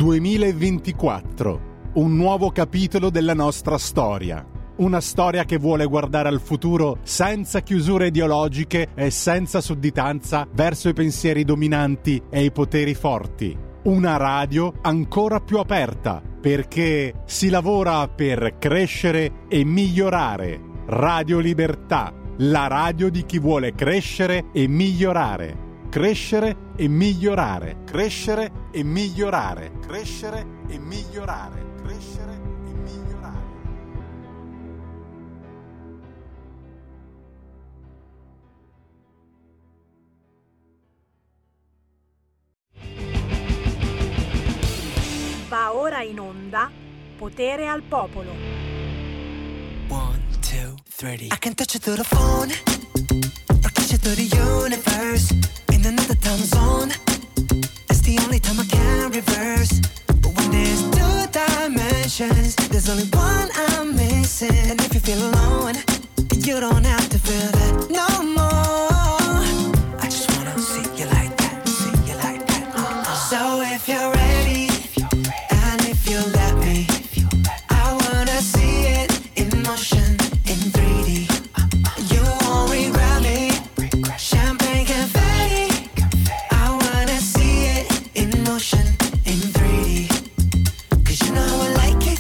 2024, un nuovo capitolo della nostra storia. Una storia che vuole guardare al futuro senza chiusure ideologiche e senza sudditanza verso i pensieri dominanti e i poteri forti. Una radio ancora più aperta, perché si lavora per crescere e migliorare. Radio Libertà, la radio di chi vuole crescere e migliorare. Crescere e migliorare, crescere e migliorare, crescere e migliorare, crescere e migliorare. Va ora in onda Potere al Popolo. 1, 2, 3. I can touch it through the phone or catch it through the universe. In another time zone, that's the only time I can reverse. But when there's two dimensions, there's only one I'm missing. And if you feel alone, you don't have to feel that no more. I just wanna see you like that, see you like that. So if you're ready, and if you let me, I wanna see it in motion, in 3D. You won't regret me. Champagne confetti. I wanna see it in motion, in 3D. 'Cause you know I like it,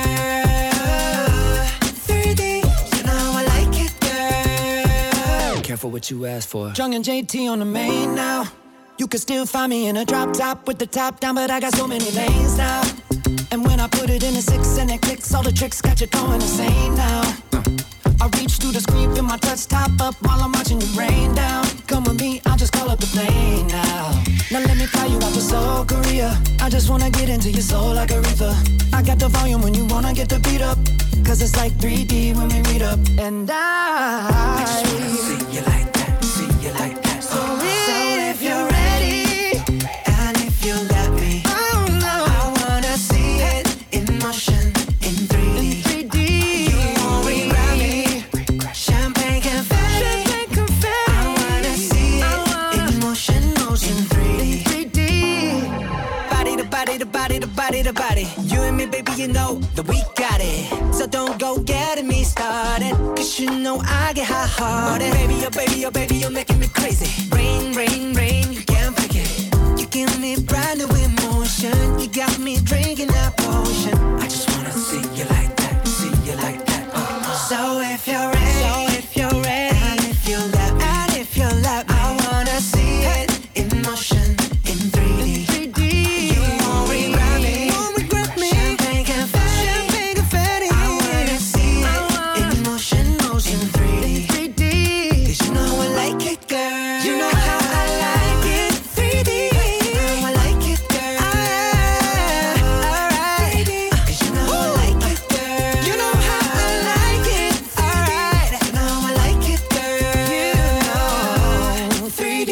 girl. 3D. You know I like it, girl. Careful what you ask for. Jung and JT on the main now. You can still find me in a drop top with the top down, but I got so many lanes now. And when I put it in a 6 and it clicks, all the tricks got you going insane now. I reach through the screen, feel my touch top up while I'm watching you rain down. Come with me, I'll just call up the plane now. Now let me fly you out to Seoul, Korea. I just wanna get into your soul like a reefer. I got the volume when you wanna get the beat up. 'Cause it's like 3D when we meet up. And I just wanna see you like that, see you like that. So if you're ready, and if you let me, oh no, I wanna see it in motion, in 3D. You won't regret me. Champagne confetti. I wanna see it in motion, motion, 3D. Body to body to body to body to body. You and me, baby, you know that we got it. So don't go getting me started, 'cause you know I get hot-hearted. Baby, oh baby, oh baby, you're making me crazy. Rain, rain, rain, you can't fake it. You give me brand new emotion. You got me drinking that potion. I just wanna see you like that, see you like that. So if you're ready, and if you let me, I wanna see it in motion, in 3D. You won't regret me. Champagne confetti. I wanna see it in motion, motion, 3D. 'Cause you know I like it, girl. You know how I like it, 3D. How I like it, girl. Alright. 'Cause you know I like it, girl. You know how I like it, alright. You know I like it, girl. You know, 3D.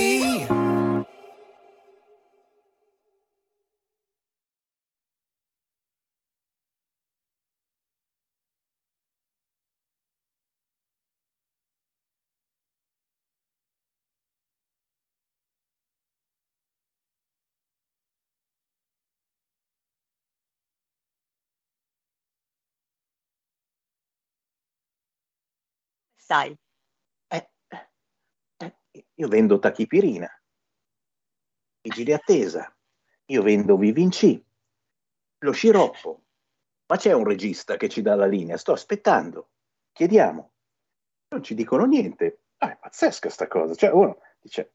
Stai? Eh, io vendo tachipirina, vigili attesa, io vendo Vivinci, lo sciroppo, ma c'è un regista che ci dà la linea, sto aspettando, chiediamo, non ci dicono niente, è pazzesca sta cosa, cioè uno dice,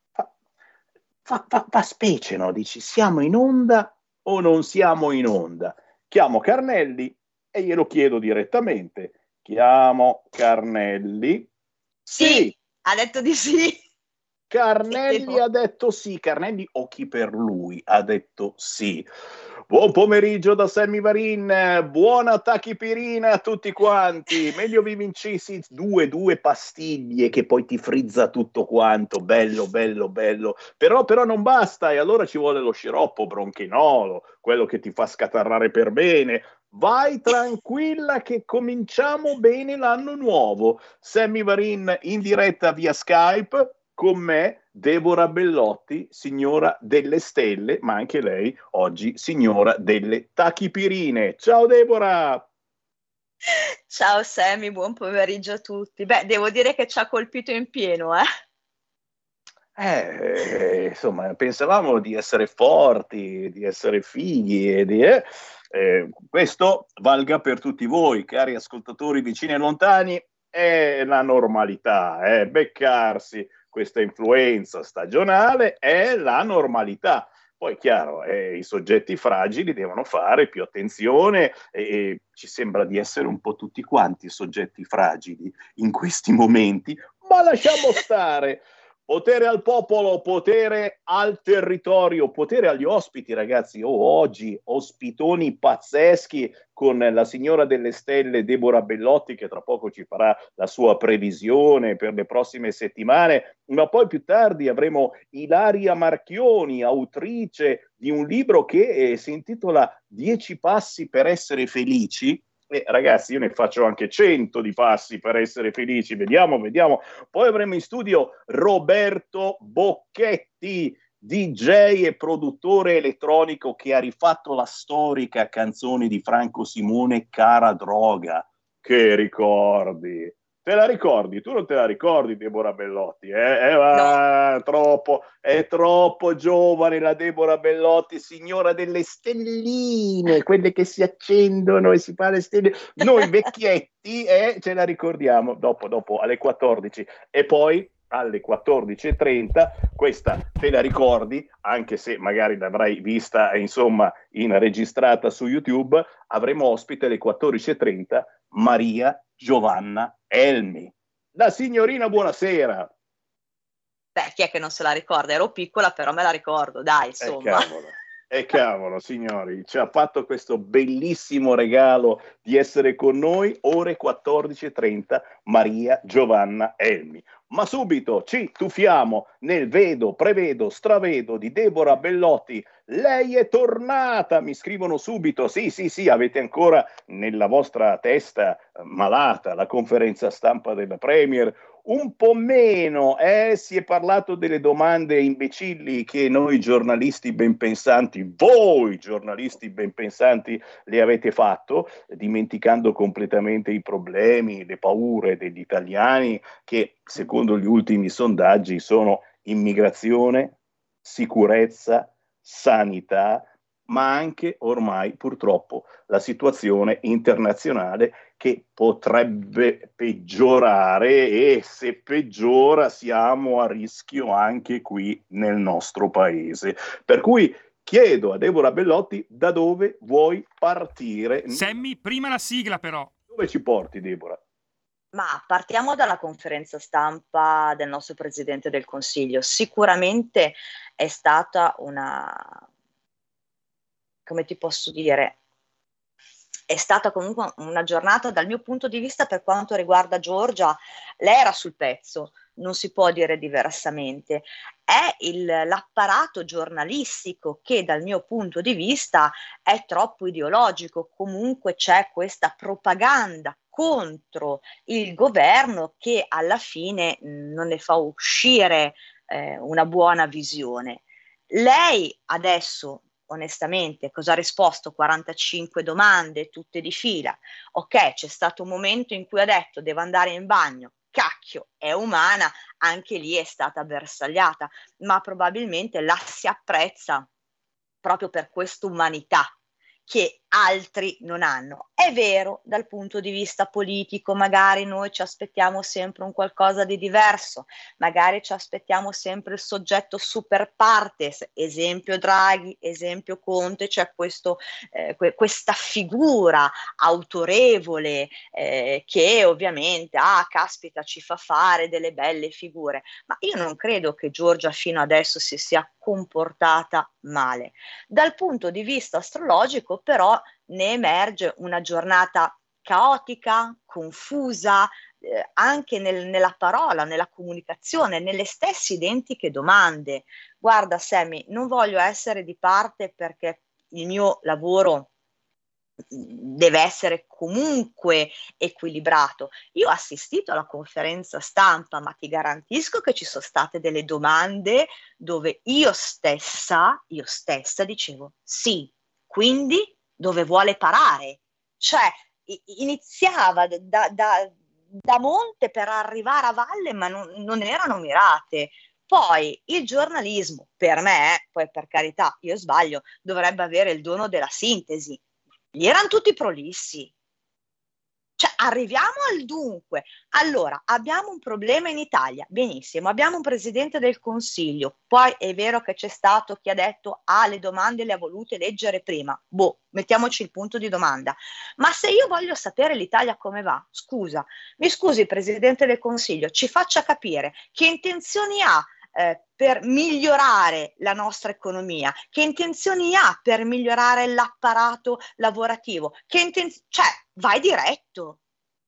fa specie, no? Dici, siamo in onda o non siamo in onda? Chiamo Carnelli e glielo chiedo direttamente. Chiamo Carnelli. Sì, ha detto di sì. Carnelli ha detto sì. Carnelli o chi per lui ha detto sì. Buon pomeriggio da Sammy Varin, buona tachipirina a tutti quanti. Meglio Vivinci, sì, due pastiglie che poi ti frizza tutto quanto, bello, bello, bello. Però non basta e allora ci vuole lo sciroppo bronchinolo, quello che ti fa scatarrare per bene. Vai tranquilla che cominciamo bene l'anno nuovo. Sammy Varin in diretta via Skype con me Deborah Bellotti, signora delle stelle, ma anche lei oggi signora delle tachipirine. Ciao Deborah! Ciao Sammy, buon pomeriggio a tutti. Beh, devo dire che ci ha colpito in pieno, eh? Insomma, pensavamo di essere forti, di essere fighi questo valga per tutti voi, cari ascoltatori vicini e lontani, è la normalità, beccarsi questa influenza stagionale è la normalità. Poi, chiaro, i soggetti fragili devono fare più attenzione e ci sembra di essere un po' tutti quanti soggetti fragili in questi momenti, ma lasciamo stare. Potere al popolo, potere al territorio, potere agli ospiti, ragazzi. Oggi ospitoni pazzeschi con la signora delle stelle Deborah Bellotti, che tra poco ci farà la sua previsione per le prossime settimane, ma poi più tardi avremo Ilaria Marchioni, autrice di un libro che si intitola 10 passi per essere felici. Ragazzi, io ne faccio anche 100 di passi per essere felici, vediamo. Poi avremo in studio Roberto Bocchetti, DJ e produttore elettronico che ha rifatto la storica canzone di Franco Simone, Cara droga. Che ricordi? Te la ricordi? Tu non te la ricordi, Deborah Bellotti? No. È troppo giovane la Deborah Bellotti, signora delle stelline, quelle che si accendono e si fa le stelle. Noi vecchietti ce la ricordiamo dopo alle 14 e poi alle 14:30, questa te la ricordi, anche se magari l'avrai vista insomma in registrata su YouTube, avremo ospite alle 14:30 Maria Giovanna Elmi. La signorina, buonasera. Beh, chi è che non se la ricorda? Ero piccola, però me la ricordo, dai, insomma. Cavolo, signori, ci ha fatto questo bellissimo regalo di essere con noi, ore 14:30, Maria Giovanna Elmi. Ma subito ci tuffiamo nel vedo, prevedo, stravedo di Deborah Bellotti. Lei è tornata, mi scrivono subito. Sì, avete ancora nella vostra testa malata la conferenza stampa della Premier. Un po' meno, si è parlato delle domande imbecilli che noi giornalisti ben pensanti, voi giornalisti ben pensanti, le avete fatto, dimenticando completamente i problemi, le paure degli italiani che, secondo gli ultimi sondaggi, sono immigrazione, sicurezza, sanità, ma anche ormai purtroppo la situazione internazionale che potrebbe peggiorare e se peggiora siamo a rischio anche qui nel nostro paese. Per cui chiedo a Deborah Bellotti da dove vuoi partire. Sammy, prima la sigla però. Dove ci porti, Deborah? Ma partiamo dalla conferenza stampa del nostro Presidente del Consiglio. Sicuramente è stata come ti posso dire, è stata comunque una giornata dal mio punto di vista per quanto riguarda Giorgia, lei era sul pezzo, non si può dire diversamente. È l'apparato giornalistico che dal mio punto di vista è troppo ideologico, comunque c'è questa propaganda contro il governo che alla fine non ne fa uscire una buona visione. Lei adesso onestamente cosa ha risposto? 45 domande, tutte di fila. Ok, c'è stato un momento in cui ha detto devo andare in bagno, cacchio, è umana, anche lì è stata bersagliata, ma probabilmente la si apprezza proprio per questa umanità che altri non hanno. È vero, dal punto di vista politico magari noi ci aspettiamo sempre un qualcosa di diverso, magari ci aspettiamo sempre il soggetto super partes, esempio Draghi, esempio Conte, c'è questa figura autorevole che ovviamente, caspita, ci fa fare delle belle figure, ma io non credo che Giorgia fino adesso si sia comportata male. Dal punto di vista astrologico però ne emerge una giornata caotica, confusa, anche nella parola, nella comunicazione, nelle stesse identiche domande. Guarda Sammy, non voglio essere di parte perché il mio lavoro deve essere comunque equilibrato. Io ho assistito alla conferenza stampa, ma ti garantisco che ci sono state delle domande dove io stessa dicevo sì, quindi dove vuole parare? Cioè iniziava da monte per arrivare a valle, ma non erano mirate. Poi il giornalismo, per me, poi per carità, io sbaglio, dovrebbe avere il dono della sintesi. Gli erano tutti prolissi. Cioè, arriviamo al dunque. Allora, abbiamo un problema in Italia, benissimo, abbiamo un presidente del Consiglio, poi è vero che c'è stato chi ha detto, le domande le ha volute leggere prima, mettiamoci il punto di domanda, ma se io voglio sapere l'Italia come va, mi scusi presidente del Consiglio, ci faccia capire che intenzioni ha per migliorare la nostra economia, che intenzioni ha per migliorare l'apparato lavorativo, cioè vai diretto.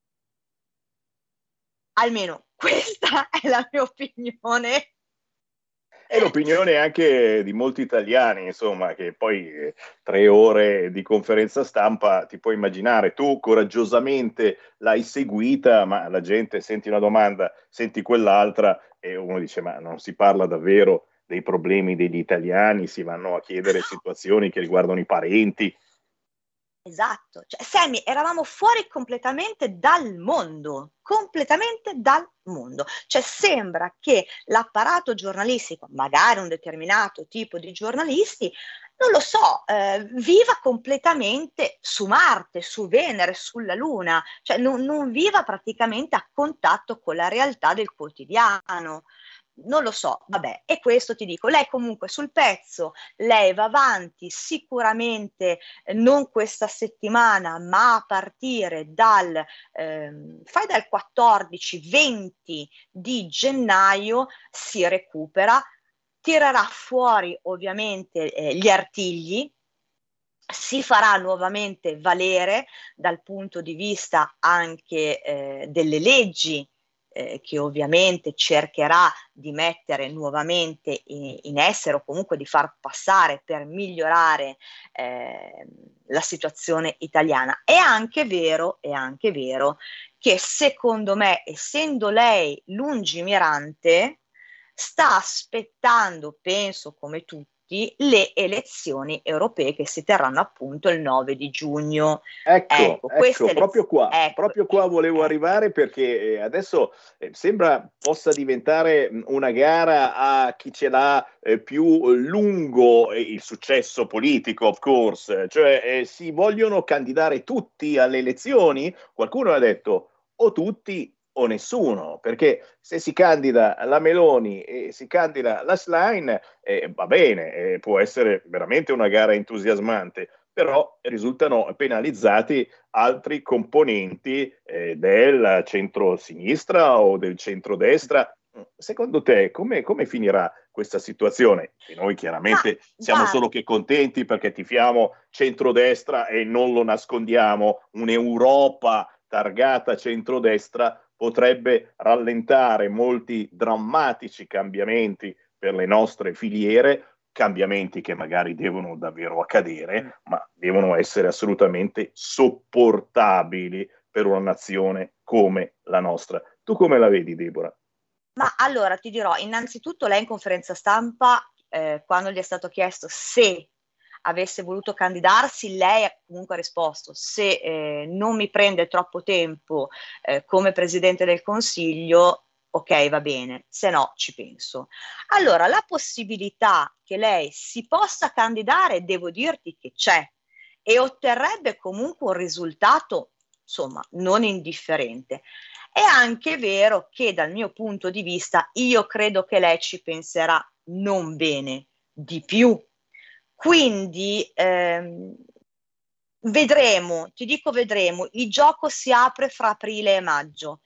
Almeno questa è la mia opinione. È l'opinione anche di molti italiani, insomma, che poi 3 ore di conferenza stampa, ti puoi immaginare, tu coraggiosamente l'hai seguita, ma la gente senti una domanda, senti quell'altra e uno dice ma non si parla davvero dei problemi degli italiani, si vanno a chiedere situazioni che riguardano i parenti. Esatto, cioè, Sammy, eravamo fuori completamente dal mondo, cioè sembra che l'apparato giornalistico, magari un determinato tipo di giornalisti, non lo so, viva completamente su Marte, su Venere, sulla Luna, cioè non viva praticamente a contatto con la realtà del quotidiano. Non lo so, vabbè, e questo ti dico, lei comunque sul pezzo, lei va avanti sicuramente non questa settimana, ma a partire dal 14-20 di gennaio si recupera, tirerà fuori ovviamente gli artigli, si farà nuovamente valere dal punto di vista anche delle leggi che ovviamente cercherà di mettere nuovamente in essere o comunque di far passare per migliorare la situazione italiana. È anche vero che secondo me, essendo lei lungimirante, sta aspettando, penso come tutti, le elezioni europee che si terranno appunto il 9 di giugno. Ecco, proprio qua volevo arrivare, perché adesso sembra possa diventare una gara a chi ce l'ha più lungo il successo politico, of course, cioè si vogliono candidare tutti alle elezioni. Qualcuno ha detto o tutti o nessuno, perché se si candida la Meloni e si candida la Schlein, va bene, può essere veramente una gara entusiasmante, però risultano penalizzati altri componenti del centro-sinistra o del centrodestra. Secondo te come finirà questa situazione? E noi chiaramente siamo solo che contenti perché tifiamo centrodestra e non lo nascondiamo, un'Europa targata centrodestra potrebbe rallentare molti drammatici cambiamenti per le nostre filiere, cambiamenti che magari devono davvero accadere, ma devono essere assolutamente sopportabili per una nazione come la nostra. Tu come la vedi, Deborah? Ma allora ti dirò, innanzitutto lei in conferenza stampa, quando gli è stato chiesto se avesse voluto candidarsi, lei comunque ha risposto: se non mi prende troppo tempo come Presidente del Consiglio, ok, va bene, se no ci penso. Allora, la possibilità che lei si possa candidare, devo dirti che c'è, e otterrebbe comunque un risultato, insomma, non indifferente. È anche vero che dal mio punto di vista io credo che lei ci penserà non bene, di più. Quindi vedremo, il gioco si apre fra aprile e maggio.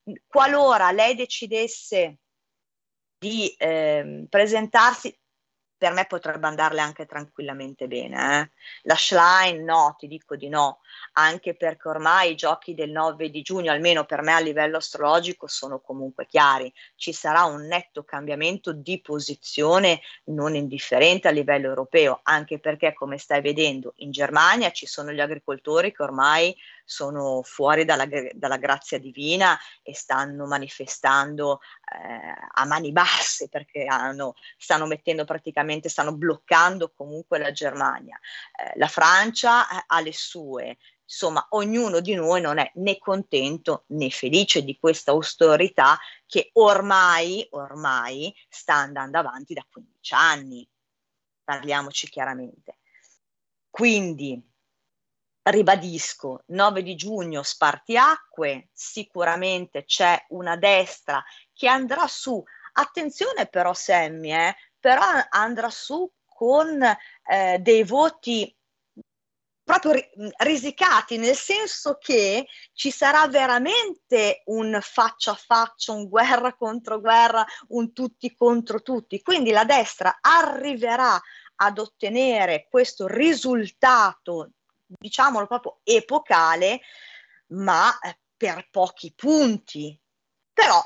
Qualora lei decidesse di presentarsi, per me potrebbe andarle anche tranquillamente bene. La Schlein no, ti dico di no, anche perché ormai i giochi del 9 di giugno, almeno per me a livello astrologico, sono comunque chiari. Ci sarà un netto cambiamento di posizione non indifferente a livello europeo, anche perché, come stai vedendo, in Germania ci sono gli agricoltori che ormai sono fuori dalla grazia divina e stanno manifestando a mani basse, perché stanno mettendo praticamente, stanno bloccando comunque la Germania. La Francia ha le sue. Insomma, ognuno di noi non è né contento né felice di questa austerità che ormai sta andando avanti da 15 anni. Parliamoci chiaramente. Quindi, ribadisco, 9 di giugno spartiacque, sicuramente c'è una destra che andrà su. Attenzione però Sammy, però andrà su con dei voti proprio risicati, nel senso che ci sarà veramente un faccia a faccia, un guerra contro guerra, un tutti contro tutti. Quindi la destra arriverà ad ottenere questo risultato, diciamolo proprio epocale, ma per pochi punti. Però,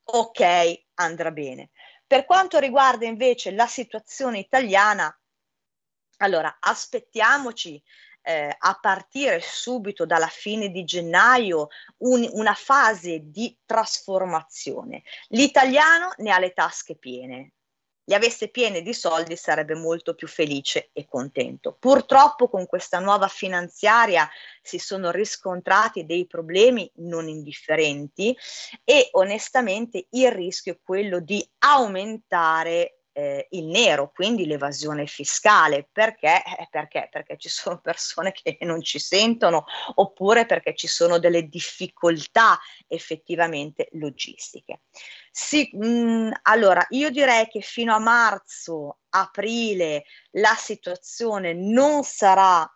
ok, andrà bene. Per quanto riguarda invece la situazione italiana, allora aspettiamoci a partire subito dalla fine di gennaio una fase di trasformazione. L'italiano ne ha le tasche piene. Li avesse piene di soldi sarebbe molto più felice e contento. Purtroppo con questa nuova finanziaria si sono riscontrati dei problemi non indifferenti e onestamente il rischio è quello di aumentare il nero, quindi l'evasione fiscale. Perché? Perché ci sono persone che non ci sentono, oppure perché ci sono delle difficoltà effettivamente logistiche. Sì, allora io direi che fino a marzo, aprile la situazione non sarà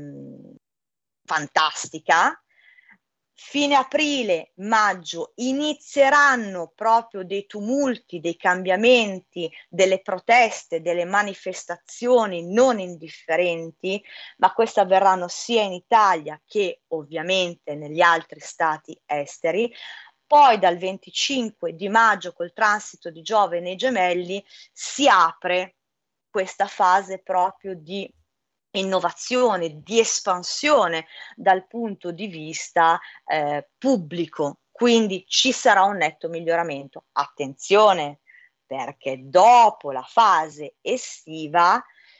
fantastica. Fine aprile, maggio inizieranno proprio dei tumulti, dei cambiamenti, delle proteste, delle manifestazioni non indifferenti, ma queste avverranno sia in Italia che ovviamente negli altri stati esteri. Poi dal 25 di maggio, col transito di Giove nei Gemelli, si apre questa fase proprio di innovazione, di espansione dal punto di vista pubblico, quindi ci sarà un netto miglioramento. Attenzione, perché dopo la fase estiva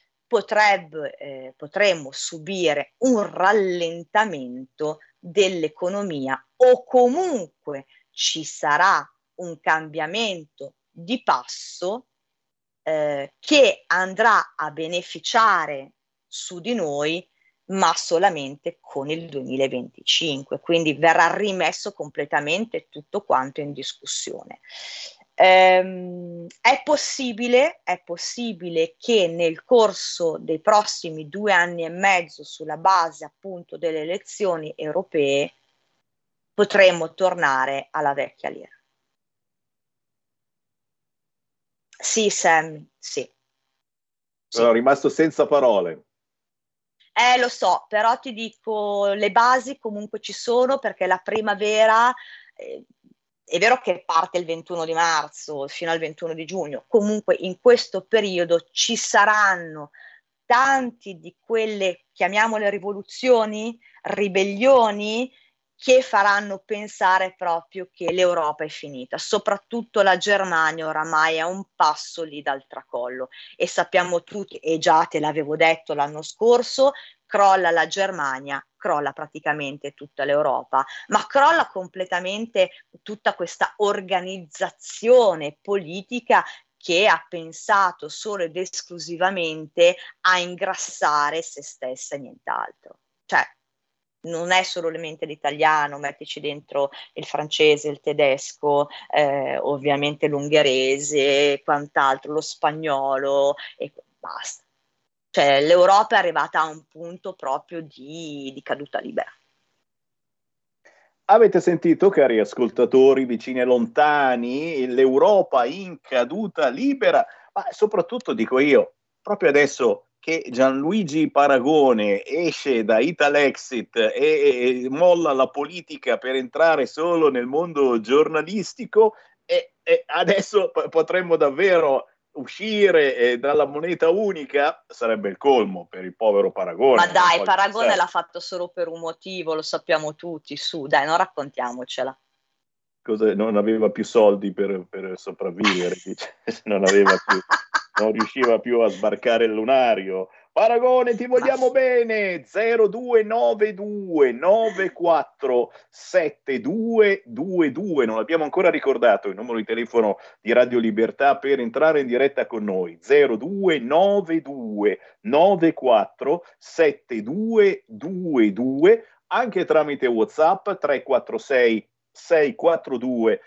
potremmo subire un rallentamento dell'economia, o comunque ci sarà un cambiamento di passo che andrà a beneficiare su di noi, ma solamente con il 2025, quindi verrà rimesso completamente tutto quanto in discussione. È possibile che nel corso dei prossimi 2 anni e mezzo, sulla base appunto delle elezioni europee, potremmo tornare alla vecchia lira. Sì, Sam, sì. Sono rimasto senza parole. Lo so, però ti dico, le basi comunque ci sono, perché la primavera, è vero che parte il 21 di marzo fino al 21 di giugno, comunque in questo periodo ci saranno tanti di quelle, chiamiamole rivoluzioni, ribellioni, che faranno pensare proprio che l'Europa è finita. Soprattutto la Germania oramai è un passo lì dal tracollo, e sappiamo tutti, e già te l'avevo detto l'anno scorso, crolla la Germania, crolla praticamente tutta l'Europa, ma crolla completamente tutta questa organizzazione politica che ha pensato solo ed esclusivamente a ingrassare se stessa e nient'altro. Cioè, non è solamente l'italiano, mettici dentro il francese, il tedesco, ovviamente l'ungherese e quant'altro, lo spagnolo, e basta. Cioè l'Europa è arrivata a un punto proprio di caduta libera. Avete sentito, cari ascoltatori vicini e lontani, l'Europa in caduta libera, ma soprattutto dico io, proprio adesso che Gianluigi Paragone esce da Italexit e molla la politica per entrare solo nel mondo giornalistico, e adesso potremmo davvero uscire dalla moneta unica, sarebbe il colmo per il povero Paragone. Ma dai, Paragone l'ha fatto solo per un motivo, lo sappiamo tutti, su, dai, non raccontiamocela. Non aveva più soldi per sopravvivere, non riusciva più a sbarcare il lunario. Paragone, ti vogliamo bene. 0292 947222, non l'abbiamo ancora ricordato il numero di telefono di Radio Libertà per entrare in diretta con noi. 0292 947222, anche tramite WhatsApp 346 642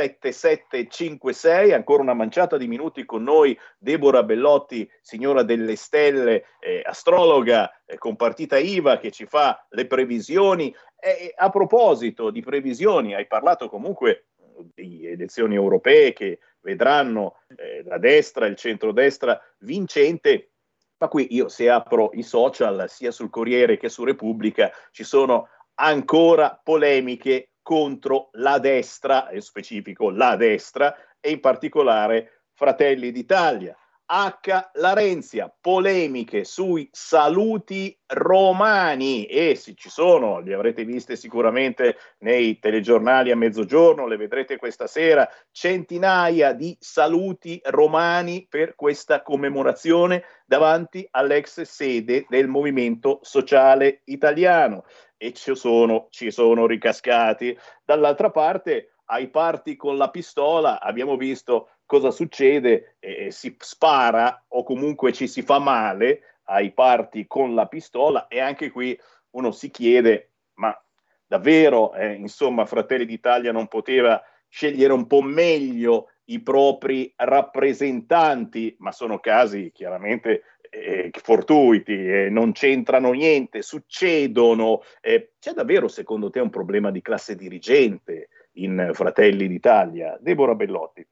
7756. Ancora una manciata di minuti con noi Deborah Bellotti, signora delle stelle, astrologa con partita IVA, che ci fa le previsioni. A proposito di previsioni, hai parlato comunque di elezioni europee che vedranno la destra e il centrodestra vincente, ma qui io, se apro i social sia sul Corriere che su Repubblica, ci sono ancora polemiche contro la destra, in specifico la destra, e in particolare Fratelli d'Italia. Larenzia, polemiche sui saluti romani, e se ci sono, li avrete viste sicuramente nei telegiornali a mezzogiorno, le vedrete questa sera, centinaia di saluti romani per questa commemorazione davanti all'ex sede del Movimento Sociale Italiano, e ci sono ricascati. Dall'altra parte, ai party con la pistola abbiamo visto cosa succede, si spara o comunque ci si fa male ai party con la pistola, e anche qui uno si chiede, ma davvero insomma Fratelli d'Italia non poteva scegliere un po' meglio i propri rappresentanti? Ma sono casi chiaramente fortuiti, non c'entrano niente, succedono. C'è davvero secondo te un problema di classe dirigente in Fratelli d'Italia? Deborah Bellotti.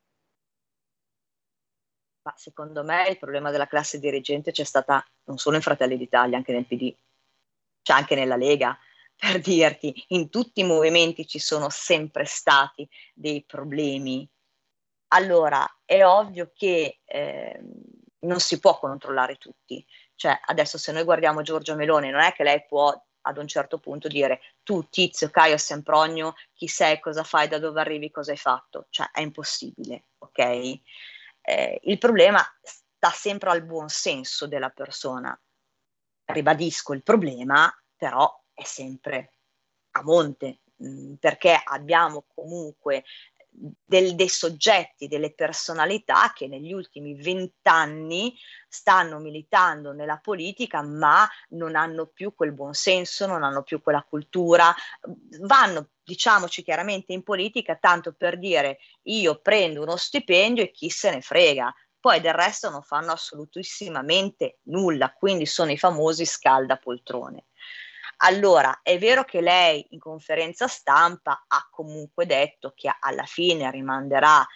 Ma secondo me il problema della classe dirigente c'è stata non solo in Fratelli d'Italia, anche nel PD, cioè anche nella Lega, per dirti, in tutti i movimenti ci sono sempre stati dei problemi. Allora, è ovvio che non si può controllare tutti, cioè adesso se noi guardiamo Giorgia Meloni, non è che lei può ad un certo punto dire tu Tizio, Caio, Sempronio, chi sei, cosa fai, da dove arrivi, cosa hai fatto, cioè è impossibile, ok? Il problema sta sempre al buon senso della persona. Ribadisco, il problema però è sempre a monte, perché abbiamo comunque dei soggetti, delle personalità che negli ultimi 20 anni stanno militando nella politica, ma non hanno più quel buon senso, non hanno più quella cultura, vanno, diciamoci chiaramente, in politica tanto per dire io prendo uno stipendio e chi se ne frega, poi del resto non fanno assolutissimamente nulla, quindi sono i famosi scaldapoltrone. Allora, è vero che lei in conferenza stampa ha comunque detto che alla fine rimanderà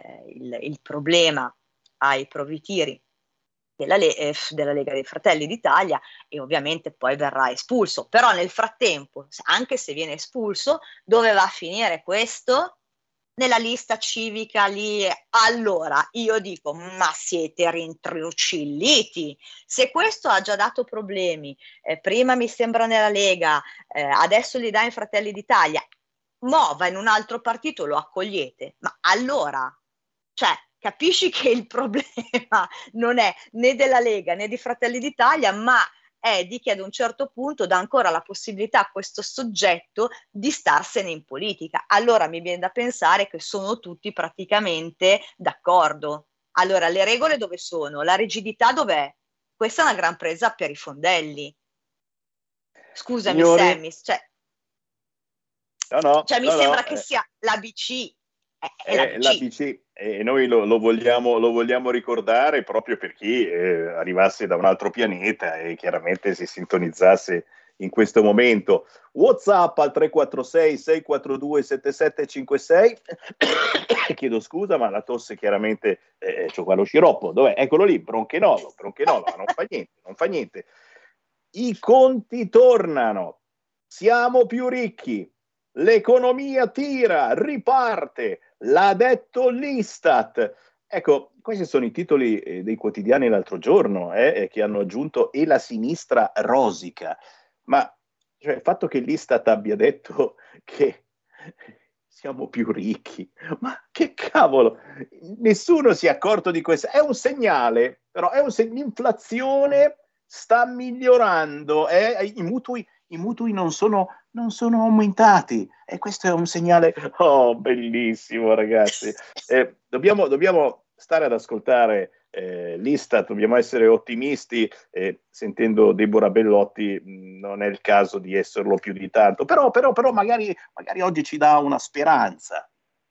il problema ai provvitiri della Lega dei Fratelli d'Italia, e ovviamente poi verrà espulso. Però nel frattempo, anche se viene espulso, dove va a finire questo? Nella lista civica lì. Allora io dico, ma siete rintrucilliti, se questo ha già dato problemi, prima mi sembra nella Lega, adesso li dà in Fratelli d'Italia, mo va in un altro partito, lo accogliete, ma allora, cioè, capisci che il problema non è né della Lega né di Fratelli d'Italia, ma è di chi ad un certo punto dà ancora la possibilità a questo soggetto di starsene in politica. Allora mi viene da pensare che sono tutti praticamente d'accordo. Allora le regole dove sono? La rigidità dov'è? Questa è una gran presa per i fondelli. Scusami, Sammy, mi sembra che sia l'ABC. L'ABC, e noi lo vogliamo ricordare proprio per chi arrivasse da un altro pianeta e chiaramente si sintonizzasse in questo momento. WhatsApp al 346-642-7756. Chiedo scusa, ma la tosse chiaramente c'ho qua lo sciroppo. Dov'è? Eccolo lì, bronchenolo, non fa niente. I conti tornano, siamo più ricchi, l'economia tira, riparte, l'ha detto l'Istat. Ecco, questi sono i titoli dei quotidiani l'altro giorno, che hanno aggiunto "e la sinistra rosica". Ma cioè, il fatto che l'Istat abbia detto che siamo più ricchi, ma che cavolo, nessuno si è accorto di questo. È un segnale, però l'inflazione sta migliorando, i mutui non sono aumentati, e questo è un segnale. Oh, bellissimo, ragazzi. Dobbiamo stare ad ascoltare l'Istat, dobbiamo essere ottimisti, sentendo Deborah Bellotti non è il caso di esserlo più di tanto, però magari oggi ci dà una speranza.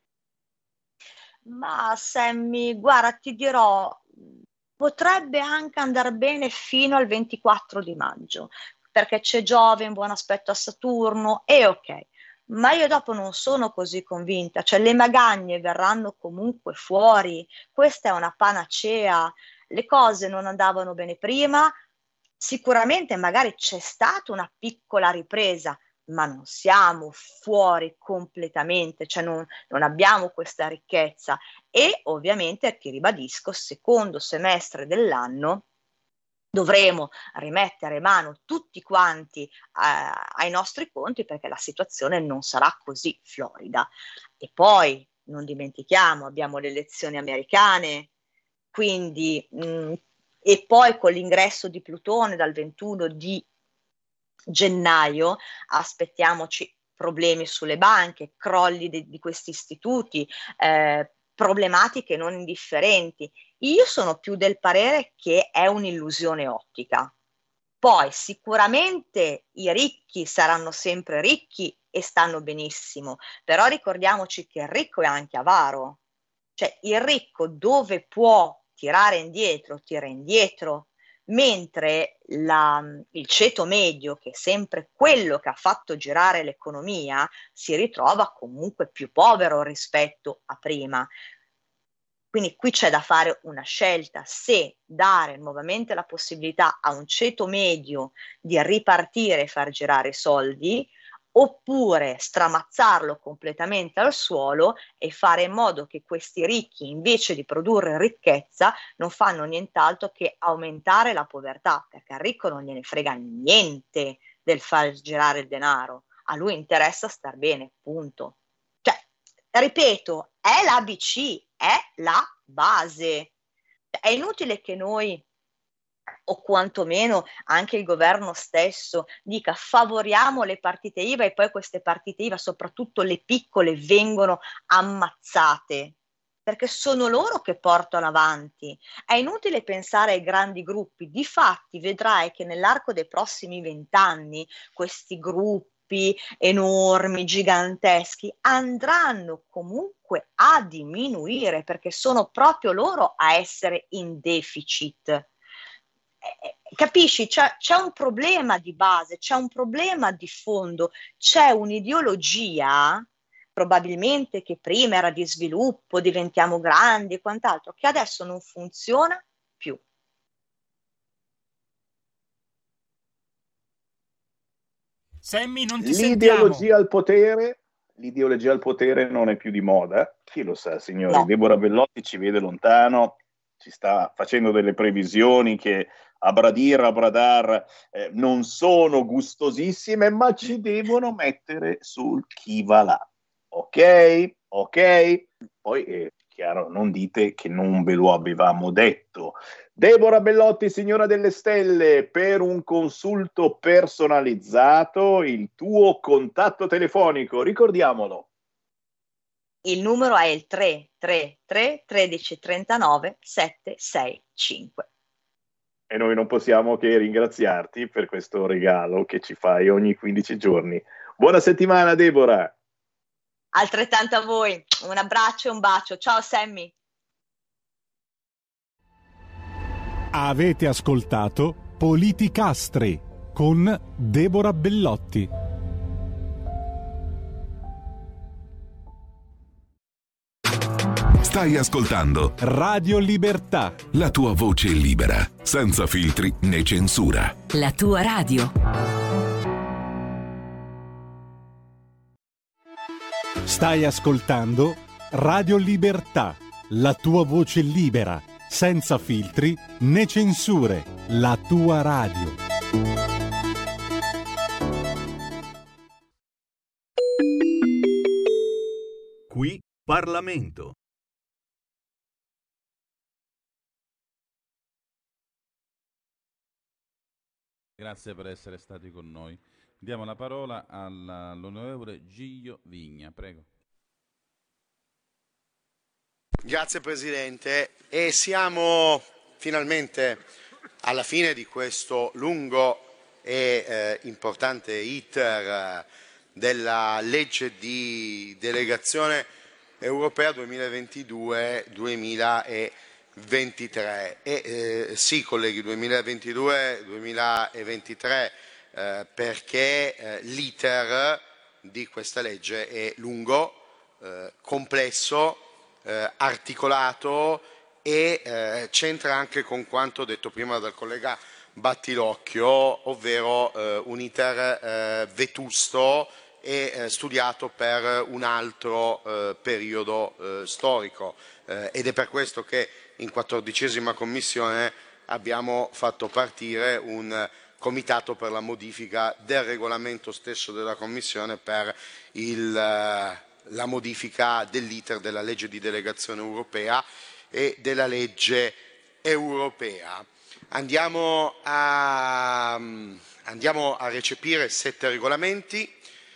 Ma Sammy, guarda, ti dirò, potrebbe anche andare bene fino al 24 di maggio, perché c'è Giove in buon aspetto a Saturno, e ok. Ma io dopo non sono così convinta, cioè le magagne verranno comunque fuori, questa è una panacea, le cose non andavano bene prima, sicuramente magari c'è stata una piccola ripresa, ma non siamo fuori completamente, cioè non abbiamo questa ricchezza, e ovviamente, ti ribadisco, secondo semestre dell'anno dovremo rimettere mano tutti quanti ai nostri conti, perché la situazione non sarà così florida. E poi non dimentichiamo, abbiamo le elezioni americane, quindi e poi con l'ingresso di Plutone dal 21 di gennaio aspettiamoci problemi sulle banche, crolli di questi istituti, problematiche non indifferenti. Io sono più del parere che è un'illusione ottica. Poi sicuramente i ricchi saranno sempre ricchi e stanno benissimo, però ricordiamoci che il ricco è anche avaro, cioè il ricco dove può tirare indietro, tira indietro, mentre il ceto medio, che è sempre quello che ha fatto girare l'economia, si ritrova comunque più povero rispetto a prima. Quindi qui c'è da fare una scelta, se dare nuovamente la possibilità a un ceto medio di ripartire e far girare i soldi, oppure stramazzarlo completamente al suolo e fare in modo che questi ricchi, invece di produrre ricchezza, non fanno nient'altro che aumentare la povertà, perché al ricco non gliene frega niente del far girare il denaro, a lui interessa star bene, punto. Cioè, ripeto, è l'ABC, è la base. È inutile che noi, o quantomeno anche il governo stesso, dica favoriamo le partite IVA, e poi queste partite IVA, soprattutto le piccole, vengono ammazzate, perché sono loro che portano avanti. È inutile pensare ai grandi gruppi. Difatti vedrai che nell'arco dei prossimi 20 anni questi gruppi enormi, giganteschi, andranno comunque a diminuire, perché sono proprio loro a essere in deficit. Capisci? C'è un problema di base, c'è un problema di fondo, c'è un'ideologia probabilmente che prima era di sviluppo, diventiamo grandi e quant'altro, che adesso non funziona più. Sammy, non ti sentiamo. L'ideologia al potere non è più di moda, chi lo sa, signori. No. Deborah Bellotti ci vede lontano, ci sta facendo delle previsioni che a bradar non sono gustosissime, ma ci devono mettere sul chi va là. Ok? Poi chiaro, non dite che non ve lo avevamo detto. Deborah Bellotti, signora delle stelle, per un consulto personalizzato, il tuo contatto telefonico, ricordiamolo. Il numero è il 333 13 39 765. E noi non possiamo che ringraziarti per questo regalo che ci fai ogni 15 giorni. Buona settimana, Deborah! Altrettanto a voi, un abbraccio e un bacio. Ciao Sammy. Avete ascoltato Politicastri, con Deborah Bellotti. Stai ascoltando Radio Libertà, la tua voce libera, senza filtri né censura. La tua radio. Stai ascoltando Radio Libertà, la tua voce libera, senza filtri né censure. La tua radio. Qui Parlamento. Grazie per essere stati con noi. Diamo la parola all'onorevole Giglio Vigna, prego. Grazie Presidente, e siamo finalmente alla fine di questo lungo e importante iter della legge di delegazione europea 2022-2023 sì colleghi, 2022-2023 perché l'iter di questa legge è lungo, complesso, articolato e c'entra anche con quanto detto prima dal collega Battilocchio, ovvero un iter vetusto e studiato per un altro periodo storico ed è per questo che in 14ª Commissione abbiamo fatto partire un comitato per la modifica del regolamento stesso della Commissione per la modifica dell'iter della legge di delegazione europea e della legge europea. Andiamo a recepire 7 regolamenti,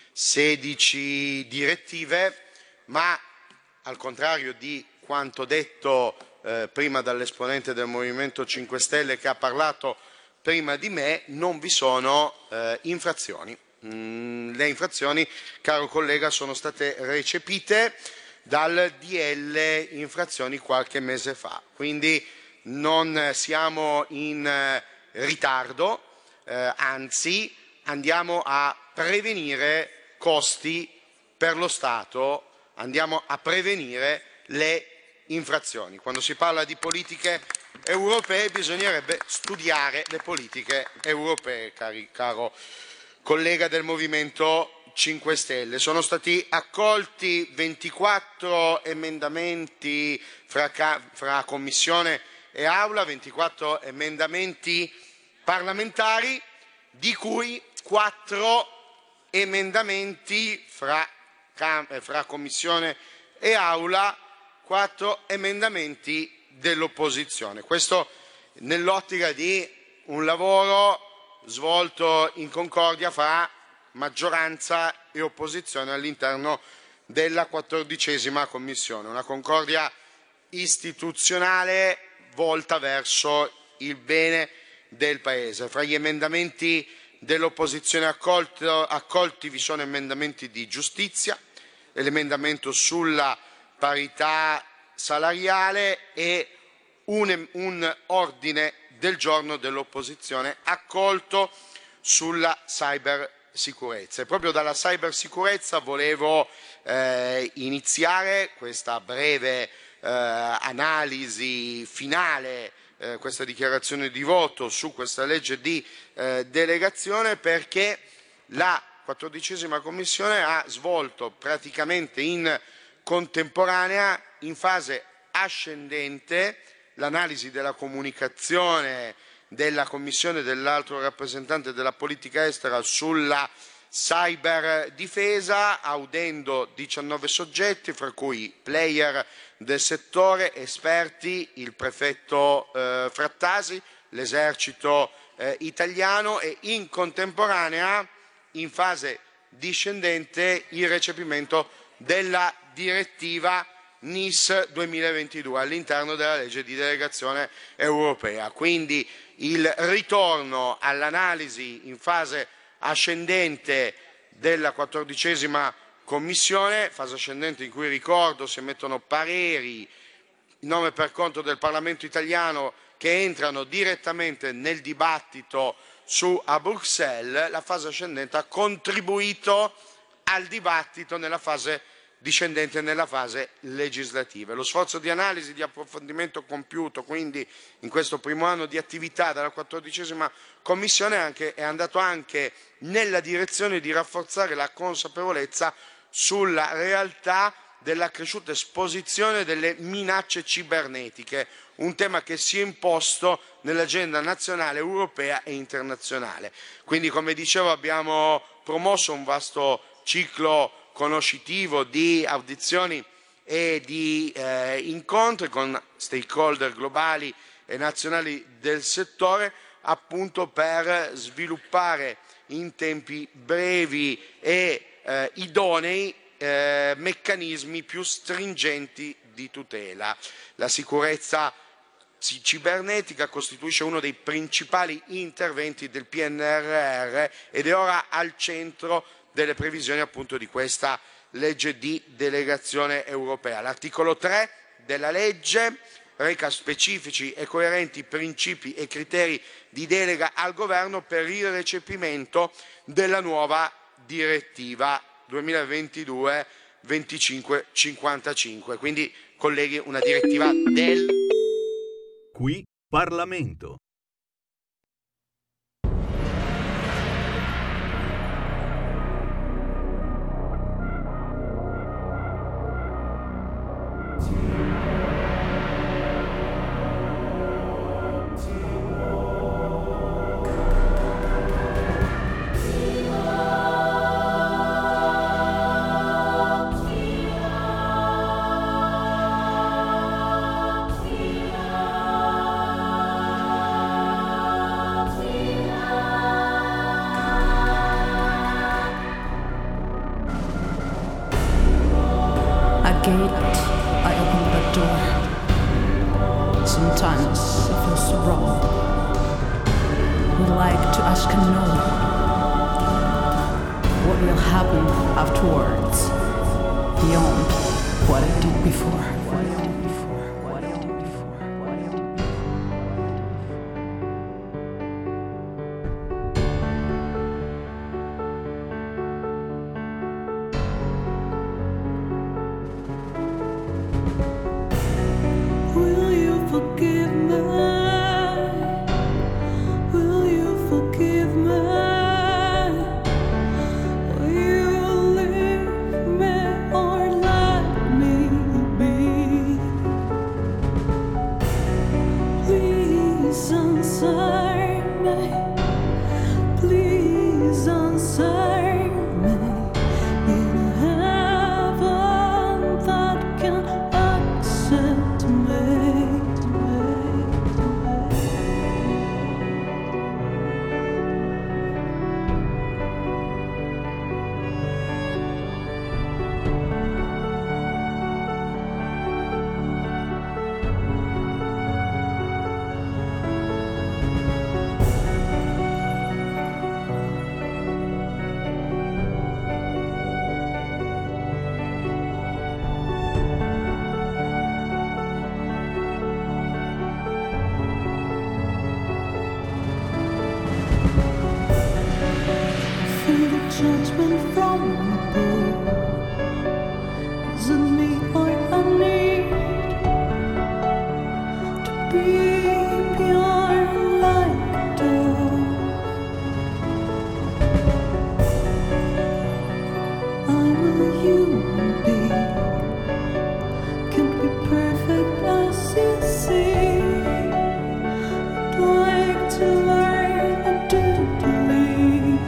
16 direttive, ma al contrario di quanto detto prima dall'esponente del Movimento 5 Stelle che ha parlato prima di me, non vi sono infrazioni. Le infrazioni, caro collega, sono state recepite dal DL infrazioni qualche mese fa, quindi non siamo in ritardo, anzi andiamo a prevenire costi per lo Stato, andiamo a prevenire le infrazioni. Quando si parla di politiche europee bisognerebbe studiare le politiche europee, caro collega del Movimento 5 Stelle. Sono stati accolti 24 emendamenti fra Commissione e Aula, 24 emendamenti parlamentari, di cui 4 emendamenti fra Commissione e Aula, 4 emendamenti dell'opposizione. Questo nell'ottica di un lavoro svolto in concordia fra maggioranza e opposizione all'interno della 14ª Commissione, una concordia istituzionale volta verso il bene del Paese. Fra gli emendamenti dell'opposizione accolti vi sono emendamenti di giustizia, l'emendamento sulla parità salariale e un ordine del giorno dell'opposizione accolto sulla cybersicurezza. E proprio dalla cybersicurezza volevo iniziare questa breve analisi finale, questa dichiarazione di voto su questa legge di delegazione, perché la 14ª Commissione ha svolto praticamente in contemporanea, in fase ascendente, l'analisi della comunicazione della Commissione dell'altro rappresentante della politica estera sulla cyberdifesa, audendo 19 soggetti, fra cui player del settore, esperti, il prefetto Frattasi, l'esercito italiano e in contemporanea, in fase discendente, il recepimento della direttiva NIS 2022 all'interno della legge di delegazione europea. Quindi il ritorno all'analisi in fase ascendente della 14ª Commissione, fase ascendente in cui, ricordo, si emettono pareri in nome e per conto del Parlamento italiano che entrano direttamente nel dibattito a Bruxelles, la fase ascendente ha contribuito al dibattito nella fase discendente, nella fase legislativa. Lo sforzo di analisi, di approfondimento compiuto quindi in questo primo anno di attività dalla 14ª Commissione è andato anche nella direzione di rafforzare la consapevolezza sulla realtà della cresciuta esposizione delle minacce cibernetiche, un tema che si è imposto nell'agenda nazionale, europea e internazionale. Quindi, come dicevo, abbiamo promosso un vasto ciclo conoscitivo di audizioni e di incontri con stakeholder globali e nazionali del settore, appunto per sviluppare in tempi brevi e idonei meccanismi più stringenti di tutela. La sicurezza cibernetica costituisce uno dei principali interventi del PNRR ed è ora al centro delle previsioni appunto di questa legge di delegazione europea. L'articolo 3 della legge reca specifici e coerenti principi e criteri di delega al governo per il recepimento della nuova direttiva 2022-2555. Quindi, colleghi, una direttiva del Qui Parlamento. I open the door. Sometimes it feels so wrong. Would like to ask and know what will happen afterwards, beyond what I did before. Judgment from above. Is it me or I need to be pure like a dove? I'm a human being, can't be perfect as you see. I'd like to learn and to believe.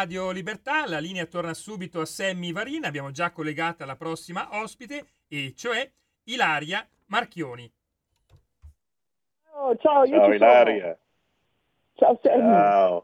Radio Libertà. La linea torna subito a Sammy Varin. Abbiamo già collegata la prossima ospite, e cioè Ilaria Marchioni. Ciao, io Ciao Ilaria. Ciao Sammy.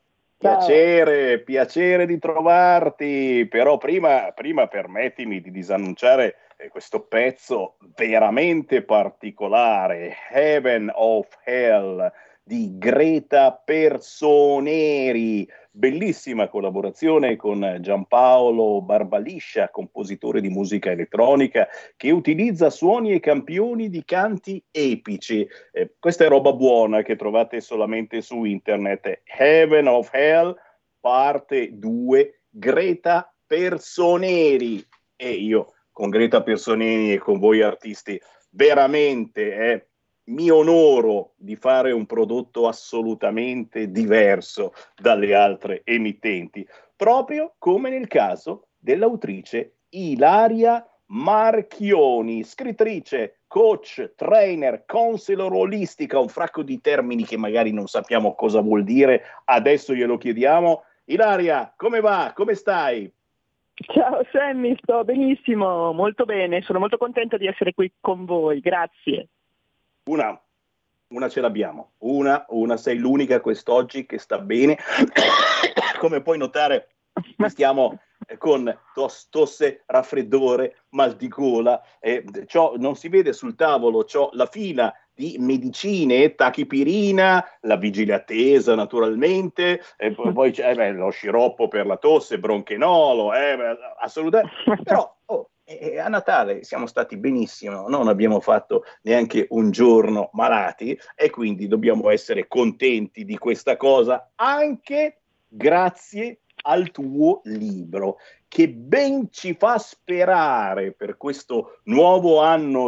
Ciao. Piacere di trovarti, però prima permettimi di disannunciare questo pezzo veramente particolare, Heaven of Hell di Greta Personeri, bellissima collaborazione con Giampaolo Barbaliscia, compositore di musica elettronica che utilizza suoni e campioni di canti epici. Questa è roba buona che trovate solamente su internet. Heaven of Hell, parte 2, Greta Personeri. E io con Greta Personeri e con voi artisti veramente mi onoro di fare un prodotto assolutamente diverso dalle altre emittenti, proprio come nel caso dell'autrice Ilaria Marchioni, scrittrice, coach, trainer, counselor olistica, un fracco di termini che magari non sappiamo cosa vuol dire, adesso glielo chiediamo. Ilaria, come va? Come stai? Ciao Sammy, sto benissimo, molto bene, sono molto contenta di essere qui con voi, grazie. Una ce l'abbiamo, una sei l'unica quest'oggi che sta bene. Come puoi notare, stiamo con tosse, raffreddore, mal di gola, non si vede sul tavolo, c'ho la fila di medicine, tachipirina, la vigilia attesa naturalmente, poi c'è lo sciroppo per la tosse, bronchenolo, assolutamente, però a Natale siamo stati benissimo, non abbiamo fatto neanche un giorno malati e quindi dobbiamo essere contenti di questa cosa anche grazie al tuo libro che ben ci fa sperare per questo nuovo anno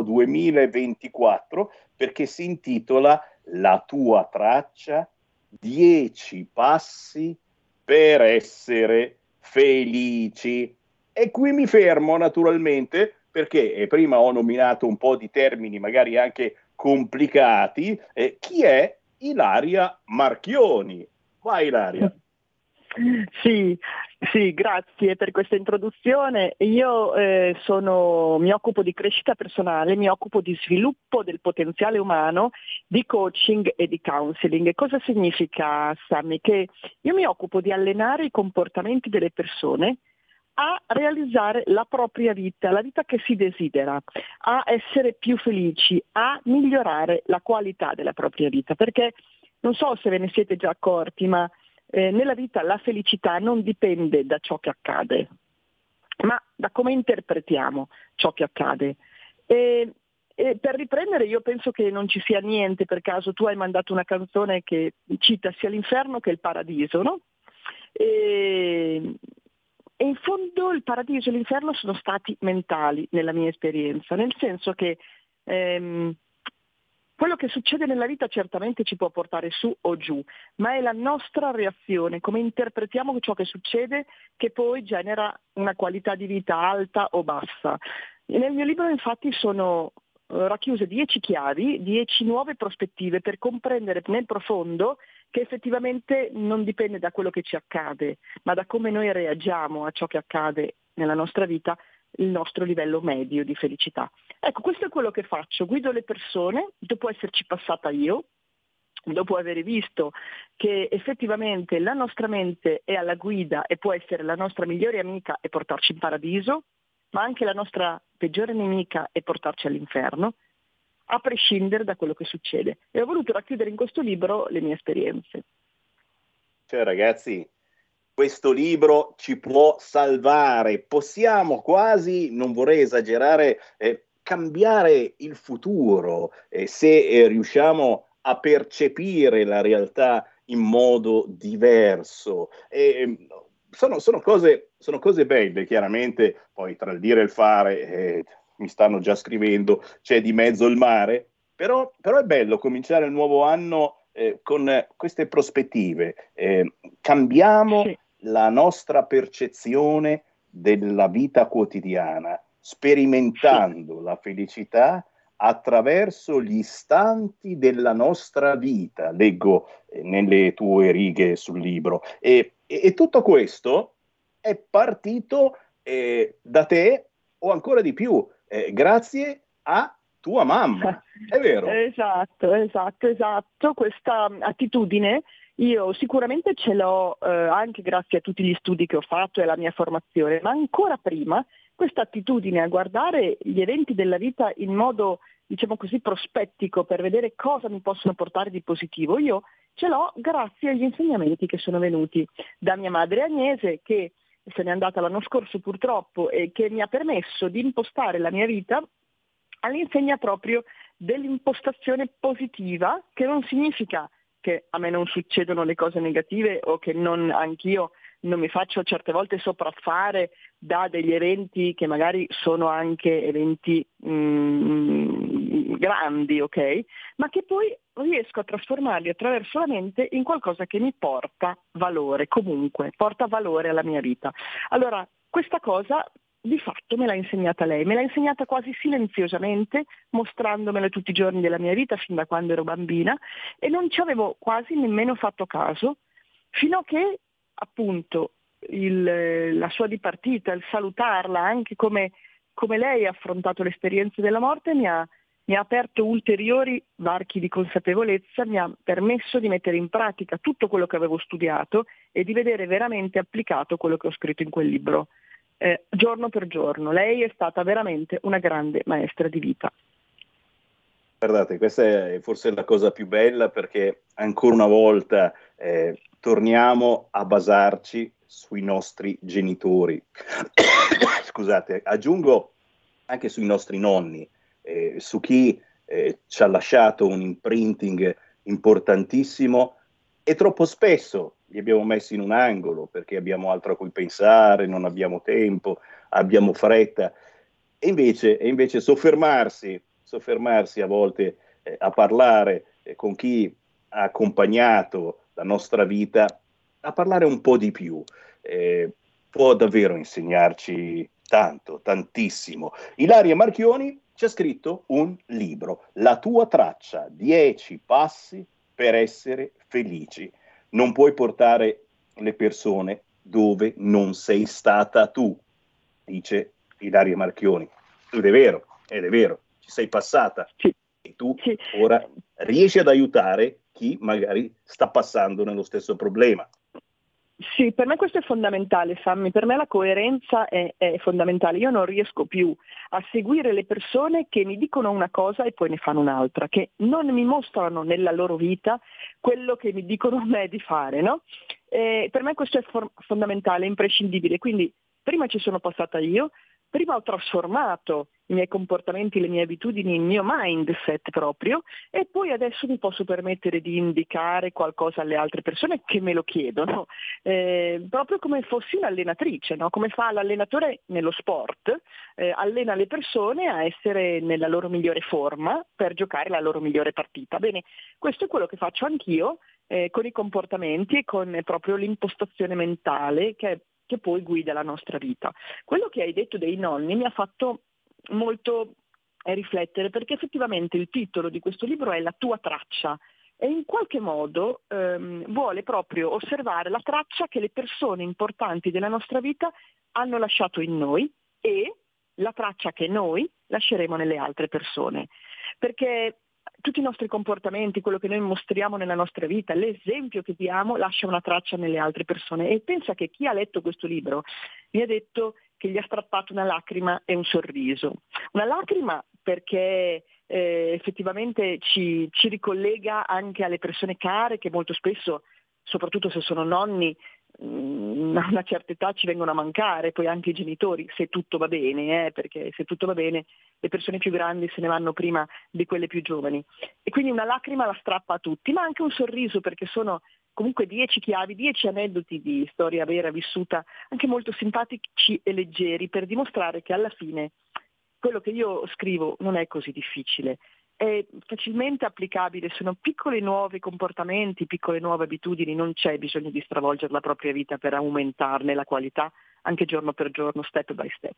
2024 perché si intitola La tua traccia, 10 passi per essere felici. E qui mi fermo naturalmente perché prima ho nominato un po' di termini magari anche complicati. Chi è Ilaria Marchioni? Vai Ilaria. Sì, grazie per questa introduzione. Io mi occupo di crescita personale, mi occupo di sviluppo del potenziale umano, di coaching e di counseling. E cosa significa, Sammy? Che io mi occupo di allenare i comportamenti delle persone a realizzare la propria vita, la vita che si desidera, a essere più felici, a migliorare la qualità della propria vita. Perché non so se ve ne siete già accorti, ma nella vita la felicità non dipende da ciò che accade, ma da come interpretiamo ciò che accade. E per riprendere, io penso che non ci sia niente, per caso tu hai mandato una canzone che cita sia l'inferno che il paradiso, no? E in fondo il paradiso e l'inferno sono stati mentali nella mia esperienza, nel senso che quello che succede nella vita certamente ci può portare su o giù, ma è la nostra reazione, come interpretiamo ciò che succede, che poi genera una qualità di vita alta o bassa. E nel mio libro infatti sono racchiuse 10 chiavi, 10 nuove prospettive per comprendere nel profondo che effettivamente non dipende da quello che ci accade, ma da come noi reagiamo a ciò che accade nella nostra vita, il nostro livello medio di felicità. Ecco, questo è quello che faccio, guido le persone, dopo esserci passata io, dopo aver visto che effettivamente la nostra mente è alla guida e può essere la nostra migliore amica e portarci in paradiso, ma anche la nostra peggiore nemica e portarci all'inferno, a prescindere da quello che succede. E ho voluto racchiudere in questo libro le mie esperienze. Cioè ragazzi, questo libro ci può salvare, possiamo quasi, non vorrei esagerare, cambiare il futuro se riusciamo a percepire la realtà in modo diverso. Sono cose belle, chiaramente, poi tra il dire e il fare mi stanno già scrivendo, c'è di mezzo il mare, però è bello cominciare il nuovo anno con queste prospettive. Cambiamo la nostra percezione della vita quotidiana, sperimentando la felicità attraverso gli istanti della nostra vita, leggo nelle tue righe sul libro. E E tutto questo è partito da te, o ancora di più, grazie a tua mamma, è vero? Esatto. Questa attitudine io sicuramente ce l'ho anche grazie a tutti gli studi che ho fatto e alla mia formazione, ma ancora prima questa attitudine a guardare gli eventi della vita in modo, diciamo così, prospettico per vedere cosa mi possono portare di positivo, io ce l'ho grazie agli insegnamenti che sono venuti da mia madre Agnese, che se n'è andata l'anno scorso purtroppo e che mi ha permesso di impostare la mia vita all'insegna proprio dell'impostazione positiva, che non significa che a me non succedono le cose negative o che anch'io non mi faccio certe volte sopraffare da degli eventi che magari sono anche eventi grandi, ok? Ma che poi riesco a trasformarli attraverso la mente in qualcosa che mi porta valore, comunque, porta valore alla mia vita. Allora, questa cosa di fatto me l'ha insegnata lei, me l'ha insegnata quasi silenziosamente, mostrandomela tutti i giorni della mia vita fin da quando ero bambina, e non ci avevo quasi nemmeno fatto caso, fino a che appunto la sua dipartita, il salutarla, anche come lei ha affrontato l'esperienza della morte, mi ha aperto ulteriori varchi di consapevolezza, mi ha permesso di mettere in pratica tutto quello che avevo studiato e di vedere veramente applicato quello che ho scritto in quel libro. Giorno per giorno. Lei è stata veramente una grande maestra di vita. Guardate, questa è forse la cosa più bella, perché ancora una volta torniamo a basarci sui nostri genitori. Scusate, aggiungo anche sui nostri nonni, su chi ci ha lasciato un imprinting importantissimo, e troppo spesso li abbiamo messi in un angolo perché abbiamo altro a cui pensare, non abbiamo tempo, abbiamo fretta, e invece soffermarsi a volte a parlare con chi ha accompagnato la nostra vita, a parlare un po' di più, può davvero insegnarci tanto, tantissimo. Ilaria Marchioni ci ha scritto un libro, La tua traccia, 10 passi per essere felici. Non puoi portare le persone dove non sei stata tu, dice Ilaria Marchioni. Ed è vero, ci sei passata. Sì. E tu ora riesci ad aiutare chi magari sta passando nello stesso problema. Sì, per me questo è fondamentale, Sammy, per me la coerenza è fondamentale. Io non riesco più a seguire le persone che mi dicono una cosa e poi ne fanno un'altra, che non mi mostrano nella loro vita quello che mi dicono a me di fare, no? Per me questo è fondamentale, imprescindibile, quindi prima ci sono passata io, prima ho trasformato i miei comportamenti, le mie abitudini, il mio mindset proprio, e poi adesso mi posso permettere di indicare qualcosa alle altre persone che me lo chiedono, proprio come fossi un'allenatrice, no? Come fa l'allenatore nello sport, allena le persone a essere nella loro migliore forma per giocare la loro migliore partita. Bene, questo è quello che faccio anch'io con i comportamenti e con proprio l'impostazione mentale che poi guida la nostra vita. Quello che hai detto dei nonni mi ha fatto molto riflettere, perché effettivamente il titolo di questo libro è La tua traccia, e in qualche modo vuole proprio osservare la traccia che le persone importanti della nostra vita hanno lasciato in noi e la traccia che noi lasceremo nelle altre persone, perché tutti i nostri comportamenti, quello che noi mostriamo nella nostra vita, l'esempio che diamo lascia una traccia nelle altre persone. E pensa che chi ha letto questo libro mi ha detto che gli ha strappato una lacrima e un sorriso. Una lacrima perché effettivamente ci ricollega anche alle persone care, che molto spesso, soprattutto se sono nonni, a una certa età ci vengono a mancare, poi anche i genitori, se tutto va bene, perché se tutto va bene le persone più grandi se ne vanno prima di quelle più giovani. E quindi una lacrima la strappa a tutti, ma anche un sorriso, perché sono comunque 10 chiavi, 10 aneddoti di storia vera vissuta, anche molto simpatici e leggeri, per dimostrare che alla fine quello che io scrivo non è così difficile. È facilmente applicabile, sono piccoli nuovi comportamenti, piccole nuove abitudini, non c'è bisogno di stravolgere la propria vita per aumentarne la qualità, anche giorno per giorno, step by step.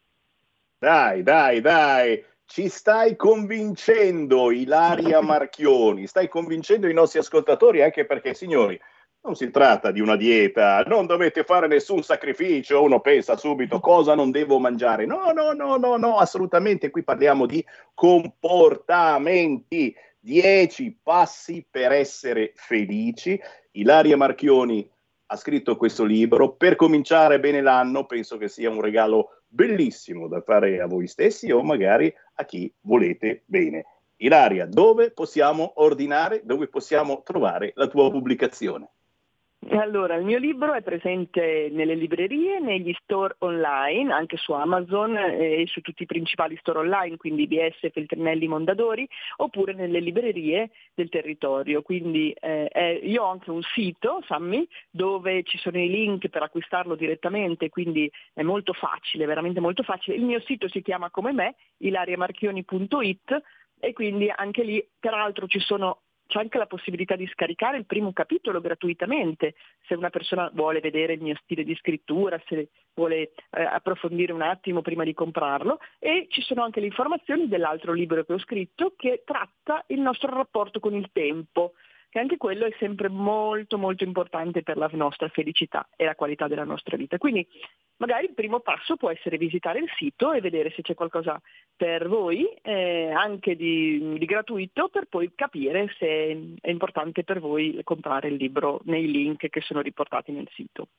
Dai, ci stai convincendo, Ilaria Marchioni, stai convincendo i nostri ascoltatori, anche perché, signori, Non si tratta di una dieta, non dovete fare nessun sacrificio, uno pensa subito cosa non devo mangiare. No, no, no, no, no, assolutamente, qui parliamo di comportamenti, 10 passi per essere felici. Ilaria Marchioni ha scritto questo libro, per cominciare bene l'anno, penso che sia un regalo bellissimo da fare a voi stessi o magari a chi volete bene. Ilaria, dove possiamo ordinare, dove possiamo trovare la tua pubblicazione? Allora, il mio libro è presente nelle librerie, negli store online, anche su Amazon e su tutti i principali store online, quindi IBS, Feltrinelli, Mondadori, oppure nelle librerie del territorio. Quindi io ho anche un sito, Sammy, dove ci sono i link per acquistarlo direttamente, quindi è molto facile, veramente molto facile. Il mio sito si chiama come me, ilariamarchioni.it, e quindi anche lì, peraltro, c'è anche la possibilità di scaricare il primo capitolo gratuitamente, se una persona vuole vedere il mio stile di scrittura, se vuole approfondire un attimo prima di comprarlo, e ci sono anche le informazioni dell'altro libro che ho scritto che tratta il nostro rapporto con il tempo, che anche quello è sempre molto molto importante per la nostra felicità e la qualità della nostra vita. Quindi magari il primo passo può essere visitare il sito e vedere se c'è qualcosa per voi, anche di gratuito, per poi capire se è importante per voi comprare il libro nei link che sono riportati nel sito.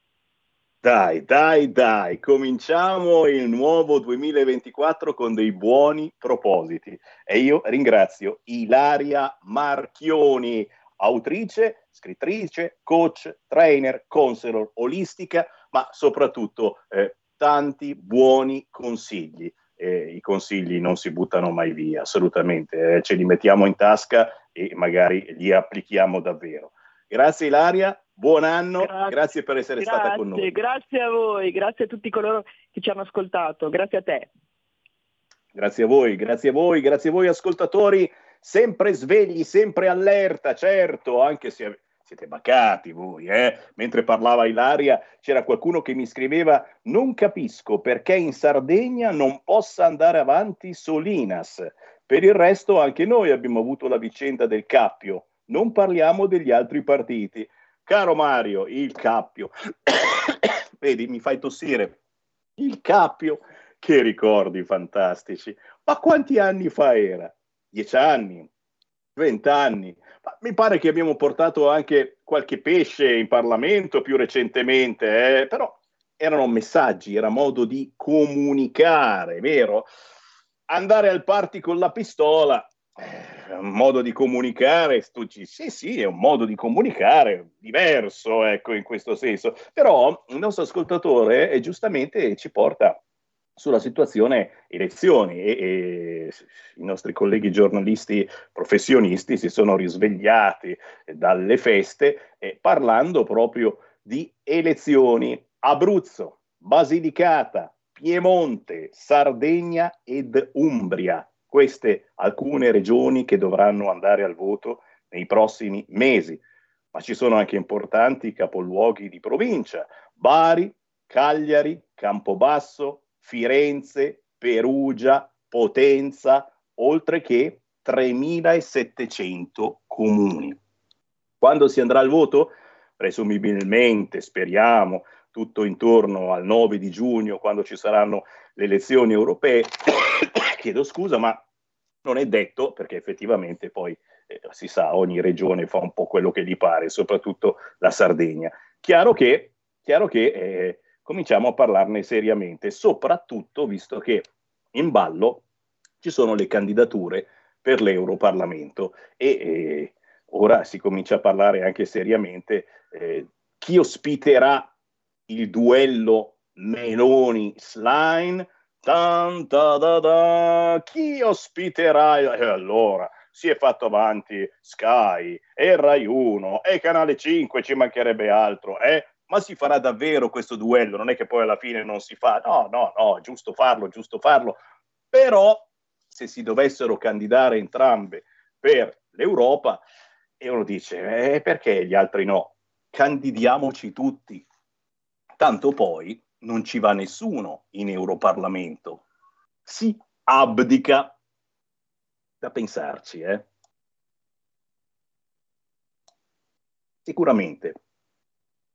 Dai, cominciamo il nuovo 2024 con dei buoni propositi. E io ringrazio Ilaria Marchioni, autrice, scrittrice, coach, trainer, counselor olistica, ma soprattutto tanti buoni consigli. I consigli non si buttano mai via, assolutamente, ce li mettiamo in tasca e magari li applichiamo davvero. Grazie Ilaria, buon anno, grazie per essere stata con noi. Grazie a voi, grazie a tutti coloro che ci hanno ascoltato, grazie a te. Grazie a voi ascoltatori, sempre svegli, sempre allerta, certo, anche se siete bacati voi, Mentre parlava Ilaria c'era qualcuno che mi scriveva: non capisco perché in Sardegna non possa andare avanti Solinas. Per il resto anche noi abbiamo avuto la vicenda del Cappio, non parliamo degli altri partiti. Caro Mario, il Cappio, vedi, mi fai tossire, il Cappio, che ricordi fantastici. Ma quanti anni fa era? 10 anni? 20 anni? Ma mi pare che abbiamo portato anche qualche pesce in Parlamento più recentemente, però erano messaggi, era modo di comunicare, vero? Andare al party con la pistola è un modo di comunicare, sì, è un modo di comunicare diverso, ecco, in questo senso. Però il nostro ascoltatore giustamente ci porta sulla situazione elezioni e i nostri colleghi giornalisti professionisti si sono risvegliati dalle feste parlando proprio di elezioni. Abruzzo, Basilicata, Piemonte, Sardegna ed Umbria. Queste alcune regioni che dovranno andare al voto nei prossimi mesi. Ma ci sono anche importanti capoluoghi di provincia: Bari, Cagliari, Campobasso, Firenze, Perugia, Potenza, oltre che 3.700 comuni. Quando si andrà al voto? Presumibilmente, speriamo, tutto intorno al 9 di giugno, quando ci saranno le elezioni europee. Chiedo scusa, ma non è detto, perché effettivamente poi si sa, ogni regione fa un po' quello che gli pare, soprattutto la Sardegna. Chiaro che cominciamo a parlarne seriamente, soprattutto visto che in ballo ci sono le candidature per l'Europarlamento e ora si comincia a parlare anche seriamente chi ospiterà il duello Meloni-Schlein. Chi ospiterà? E allora si è fatto avanti Sky e Rai 1 e Canale 5, ci mancherebbe altro, ma si farà davvero questo duello? Non è che poi alla fine non si fa? No, giusto farlo. Però se si dovessero candidare entrambe per l'Europa, e uno dice, perché gli altri no? Candidiamoci tutti. Tanto poi non ci va nessuno in Europarlamento. Si abdica. Da pensarci, Sicuramente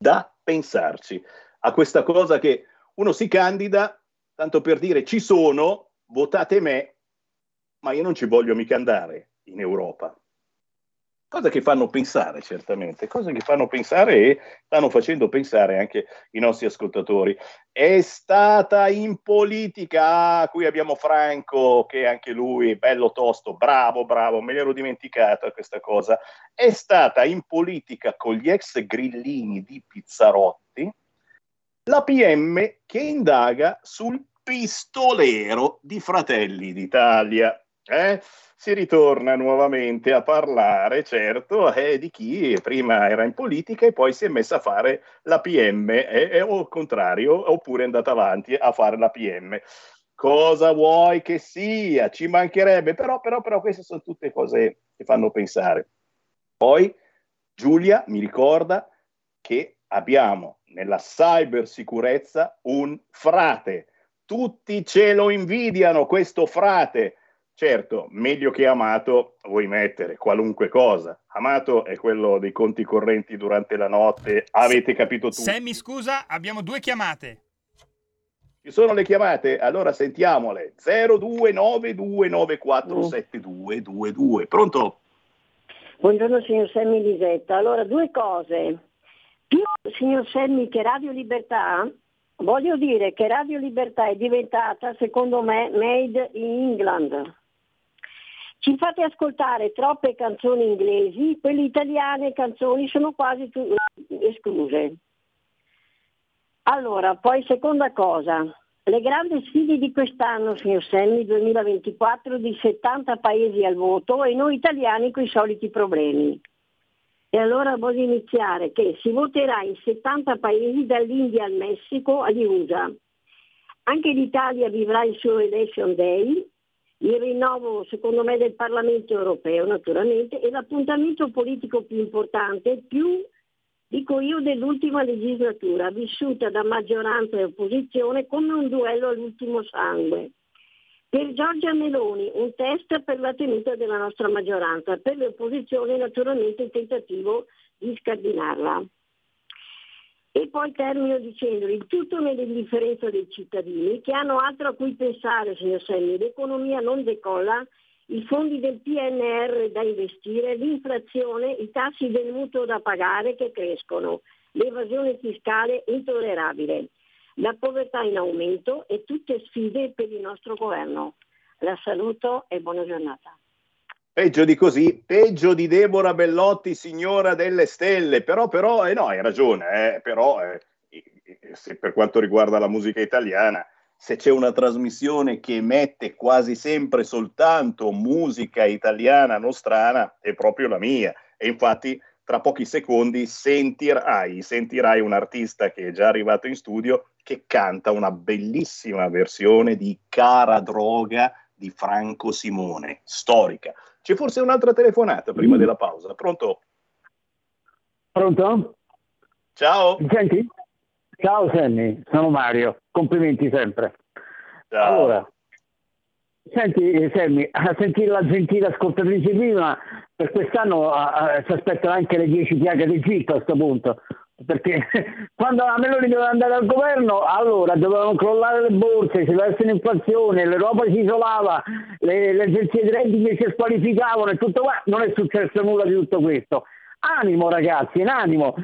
da pensarci a questa cosa che uno si candida tanto per dire ci sono, votate me, ma io non ci voglio mica andare in Europa. Cose che fanno pensare, certamente, cose che fanno pensare e stanno facendo pensare anche i nostri ascoltatori. È stata in politica, qui abbiamo Franco, che anche lui, bello tosto, bravo, me l'ero dimenticata questa cosa, è stata in politica con gli ex grillini di Pizzarotti, la PM che indaga sul pistolero di Fratelli d'Italia. Si ritorna nuovamente a parlare, certo, di chi prima era in politica e poi si è messa a fare la PM, o al contrario, oppure è andata avanti a fare la PM. Cosa vuoi che sia? Ci mancherebbe, però queste sono tutte cose che fanno pensare. Poi Giulia mi ricorda che abbiamo nella cybersicurezza un frate. Tutti ce lo invidiano, questo frate. Certo, meglio che Amato vuoi mettere qualunque cosa. Amato è quello dei conti correnti durante la notte, avete capito tutti. Sammy, scusa, abbiamo 2 chiamate. Ci sono le chiamate? Allora sentiamole. 0292947222. Pronto? Buongiorno signor Sammy Lisetta. Allora, 2 cose. Più signor Sammy che Radio Libertà, voglio dire che Radio Libertà è diventata, secondo me, made in England. Ci fate ascoltare troppe canzoni inglesi, quelle italiane canzoni sono quasi escluse. Allora, poi seconda cosa, le grandi sfide di quest'anno, signor Sammy, 2024, di 70 paesi al voto e noi italiani con i soliti problemi. E allora voglio iniziare che si voterà in 70 paesi dall'India al Messico agli USA. Anche l'Italia vivrà il suo Election Day, il rinnovo secondo me del Parlamento europeo naturalmente e l'appuntamento politico più importante, dico io, dell'ultima legislatura, vissuta da maggioranza e opposizione come un duello all'ultimo sangue. Per Giorgia Meloni un test per la tenuta della nostra maggioranza, per le opposizioni naturalmente il tentativo di scardinarla. E poi termino dicendo il tutto nell'indifferenza dei cittadini che hanno altro a cui pensare, signor Sammy, l'economia non decolla, i fondi del PNR da investire, l'inflazione, i tassi del mutuo da pagare che crescono, l'evasione fiscale intollerabile, la povertà in aumento e tutte sfide per il nostro governo. La saluto e buona giornata. Peggio di così, peggio di Deborah Bellotti, signora delle stelle, però no, hai ragione, però se per quanto riguarda la musica italiana, se c'è una trasmissione che mette quasi sempre soltanto musica italiana nostrana, è proprio la mia, e infatti tra pochi secondi sentirai un artista che è già arrivato in studio che canta una bellissima versione di Cara Droga di Franco Simone, storica. C'è forse un'altra telefonata prima della pausa. Pronto? Pronto? Ciao. Mi senti? Ciao Sammy, sono Mario. Complimenti sempre. Ciao. Allora, senti Sammy, a sentire la gentile ascoltatrice prima, per quest'anno si aspettano anche le 10 piaghe d'Egitto a questo punto. Perché quando la Meloni doveva andare al governo, allora dovevano crollare le borse, si doveva essere inflazione, l'Europa si isolava, le agenzie di rating si squalificavano e tutto qua, non è successo nulla di tutto questo. Animo ragazzi, in animo,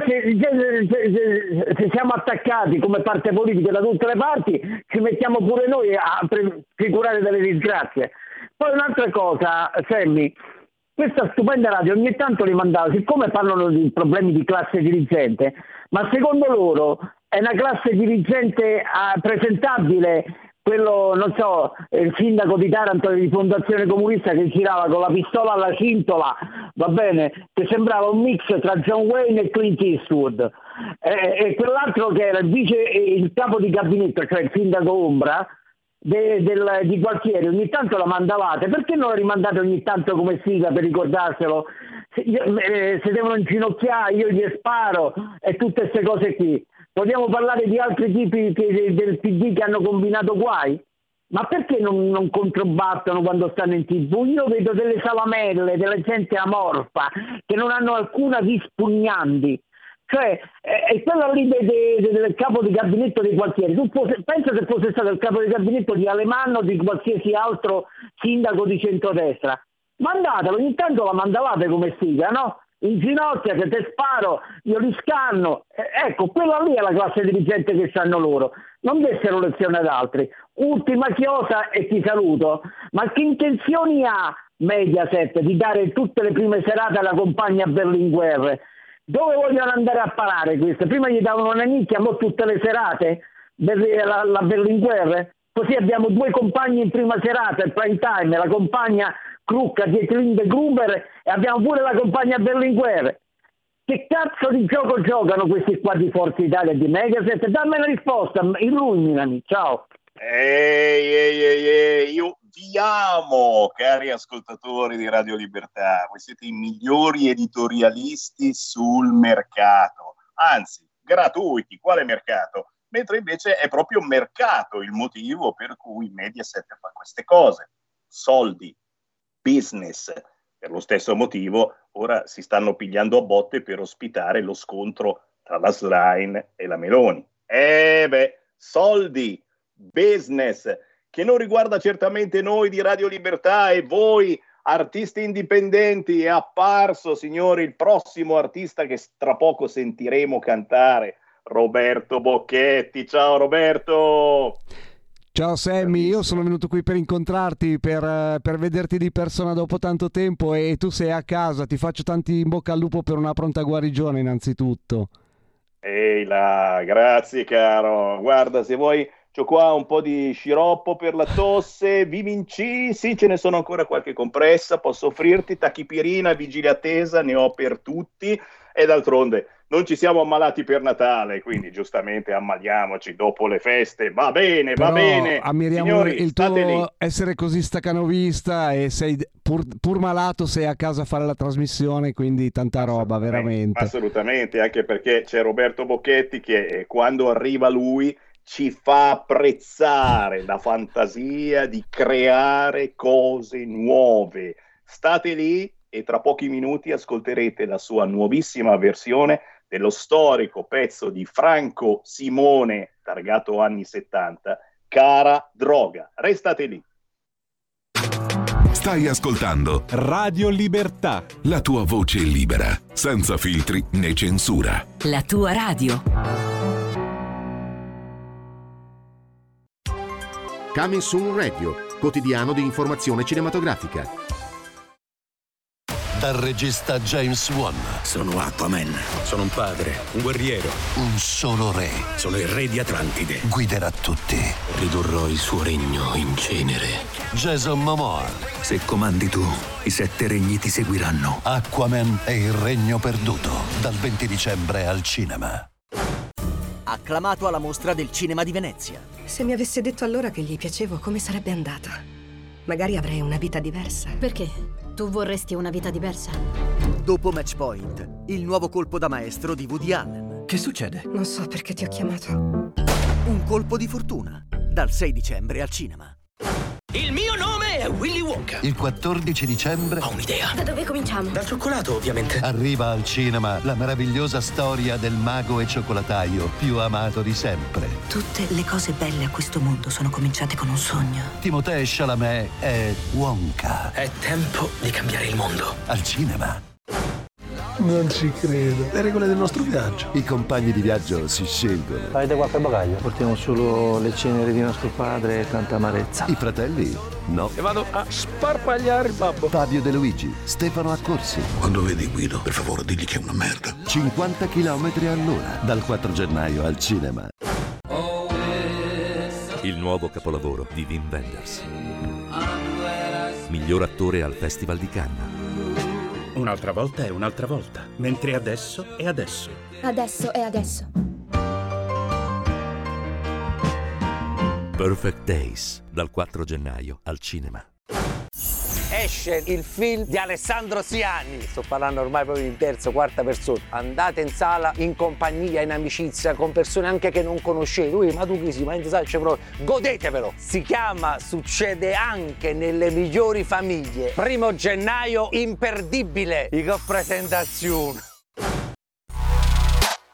se siamo attaccati come parte politica da tutte le parti, ci mettiamo pure noi a figurare delle disgrazie. Poi un'altra cosa, Sammy, questa stupenda radio ogni tanto li mandava, siccome parlano di problemi di classe dirigente, ma secondo loro è una classe dirigente presentabile, quello, non so, il sindaco di Taranto di Fondazione Comunista che girava con la pistola alla cintola, va bene, che sembrava un mix tra John Wayne e Clint Eastwood, e quell'altro che era il capo di gabinetto, cioè il sindaco ombra, di quartiere, ogni tanto la mandavate, perché non la rimandate ogni tanto come sigla per ricordarselo? Se devono inginocchiare io gli sparo e tutte queste cose qui. Vogliamo parlare di altri tipi del PD che hanno combinato guai? Ma perché non controbattono quando stanno in TV? Io vedo delle salamelle, della gente amorfa che non hanno alcuna vis pugnanti. Cioè, è quella lì del capo di gabinetto dei quartieri. Pensa se fosse stato il capo di gabinetto di Alemanno o di qualsiasi altro sindaco di centrodestra. Mandatelo, ogni tanto la mandavate come sfiga, no? In ginocchia, che te sparo, io li scanno. Ecco, quella lì è la classe dirigente che sanno loro. Non dessero lezione ad altri. Ultima chiosa e ti saluto. Ma che intenzioni ha Mediaset di dare tutte le prime serate alla compagna Berlinguer? Dove vogliono andare a parare queste? Prima gli davano una nicchia, mo tutte le serate? La Berlinguer? Così abbiamo 2 compagni in prima serata, il prime time, la compagna Crucca, Dietlinde Gruber, e abbiamo pure la compagna Berlinguer. Che cazzo di gioco giocano questi qua di Forza Italia e di Mediaset? Dammi la risposta, illuminami, ciao. Io vi amo, cari ascoltatori di Radio Libertà, voi siete i migliori editorialisti sul mercato, anzi, gratuiti, quale mercato? Mentre invece è proprio mercato il motivo per cui Mediaset fa queste cose, soldi, business. Per lo stesso motivo ora si stanno pigliando a botte per ospitare lo scontro tra la Schlein e la Meloni. Soldi, business, che non riguarda certamente noi di Radio Libertà e voi artisti indipendenti. È apparso, signori, il prossimo artista che tra poco sentiremo cantare, Roberto Bocchetti. Ciao Roberto! Ciao Sammy, io sono venuto qui per incontrarti, per vederti di persona dopo tanto tempo, e tu sei a casa. Ti faccio tanti in bocca al lupo per una pronta guarigione innanzitutto. Ehi là, grazie caro. Guarda, se vuoi c'ho qua un po' di sciroppo per la tosse, Vivin C, sì, ce ne sono ancora qualche compressa, posso offrirti, tachipirina, vigilia attesa, ne ho per tutti, e d'altronde non ci siamo ammalati per Natale, quindi giustamente ammaliamoci dopo le feste, va bene, va bene. Ammiriamo signori, il tuo lì. Essere così staccanovista, e sei pur malato, sei a casa a fare la trasmissione, quindi tanta roba, veramente. Assolutamente, anche perché c'è Roberto Bocchetti che quando arriva lui ci fa apprezzare la fantasia di creare cose nuove. State lì e tra pochi minuti ascolterete la sua nuovissima versione dello storico pezzo di Franco Simone, targato anni 70, Cara Droga. Restate lì. Stai ascoltando Radio Libertà, la tua voce libera, senza filtri né censura. La tua radio. Coming Soon Radio, quotidiano di informazione cinematografica. Dal regista James Wan. Sono Aquaman. Sono un padre, un guerriero. Un solo re. Sono il re di Atlantide. Guiderà tutti. Ridurrò il suo regno in cenere. Jason Momoa. Se comandi tu, i 7 regni ti seguiranno. Aquaman e il regno perduto. Dal 20 dicembre al cinema. Acclamato alla Mostra del Cinema di Venezia. Se mi avesse detto allora che gli piacevo, come sarebbe andata? Magari avrei una vita diversa. Perché? Tu vorresti una vita diversa? Dopo Match Point, il nuovo colpo da maestro di Woody Allen. Che succede? Non so perché ti ho chiamato. Un colpo di fortuna. Dal 6 dicembre al cinema. Il mio nome è Willy Wonka. Il 14 dicembre... Ho un'idea. Da dove cominciamo? Dal cioccolato, ovviamente. Arriva al cinema la meravigliosa storia del mago e cioccolataio più amato di sempre. Tutte le cose belle a questo mondo sono cominciate con un sogno. Timothée Chalamet è Wonka. È tempo di cambiare il mondo. Al cinema. Non ci credo. Le regole del nostro viaggio. I compagni di viaggio si scelgono. Avete qualche bagaglio? Portiamo solo le ceneri di nostro padre e tanta amarezza. I fratelli? No. E vado a sparpagliare il babbo. Fabio De Luigi, Stefano Accorsi. Quando vedi Guido, per favore, digli che è una merda. 50 km/h. Dal 4 gennaio al cinema. Il nuovo capolavoro di Wim Wenders. Miglior attore al Festival di Cannes. Un'altra volta è un'altra volta, mentre adesso è adesso. Adesso è adesso. Perfect Days, dal 4 gennaio al cinema. Esce il film di Alessandro Siani. Sto parlando ormai proprio in terza, quarta persona. Andate in sala in compagnia, in amicizia, con persone anche che non conoscete. Ui, ma tu chi sei? Ma in sala c'è proprio. Godetevelo! Si chiama Succede anche nelle migliori famiglie. 1 gennaio, imperdibile. I che presentazione.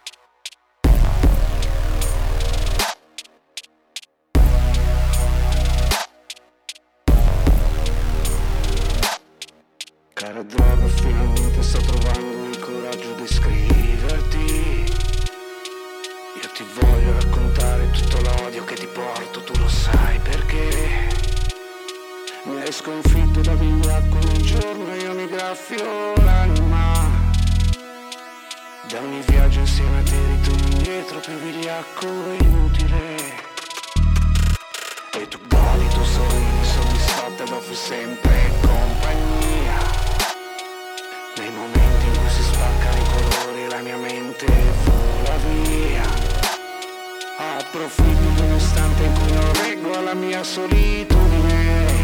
Cara droga, finalmente sto trovando il coraggio di scriverti. Io ti voglio raccontare tutto l'odio che ti porto, tu lo sai perché. Mi hai sconfitto da vigliacco ogni giorno e io mi graffio l'anima. Da ogni viaggio insieme a te ritorno indietro più vigliacco e inutile. E tu godi, tu sorridi soddisfatta ed offri sempre compagnia. Nei momenti in cui si spaccano i colori e la mia mente vola via. Approfitti di un istante in cui non reggo alla mia solitudine.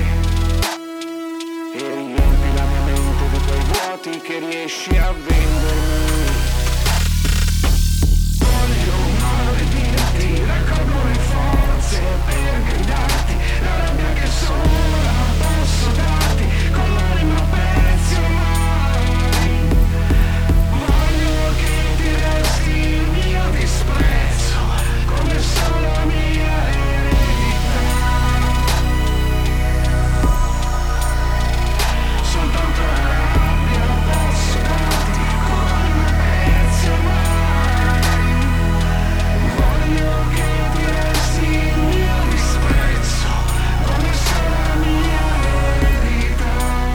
E riempi la mia mente di quei vuoti che riesci a vendermi. Voglio maledirti, raccolgo le forze per gridarti la rabbia che sola posso darti con l'anima a pezzi ormai. Voglio che ti resti il mio disprezzo come solo la mia eredità. Soltanto la rabbia posso darti con l'anima a pezzi ormai. Voglio che ti resti il mio disprezzo come solo la mia eredità.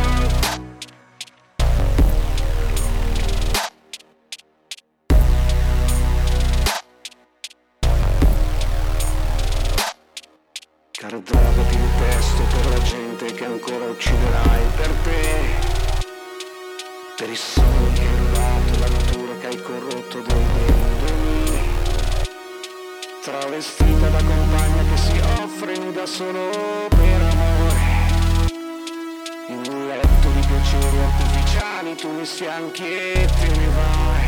Cara droga, ti detesto per la gente che ancora ucciderai per te. Per i sogni che hai rubato, la natura che hai corrotto vendendoli. Travestita da compagna che si offre nuda solo per amore. In un letto di piaceri artificiali tu mi sfianchi e te ne vai.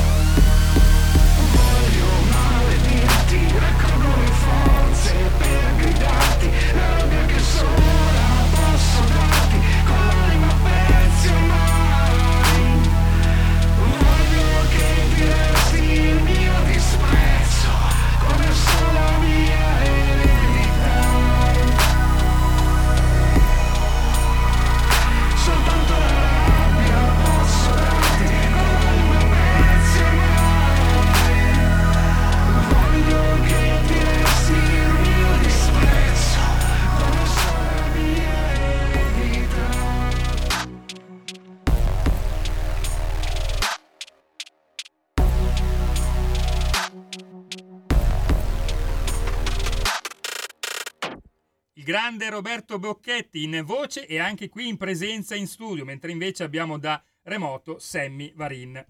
Voglio maledirti, raccolgo le forze per gridarti la rabbia che sola posso darti con l'anima a pezzi ormai. Voglio che ti resti il mio disprezzo come solo la mia eredità. Soltanto la rabbia posso darti con l'anima a pezzi ormai. Voglio che ti resti il mio disprezzo come solo la mia eredità. Il grande Roberto Bocchetti in voce e anche qui in presenza in studio, mentre invece abbiamo da remoto Sammy Varin.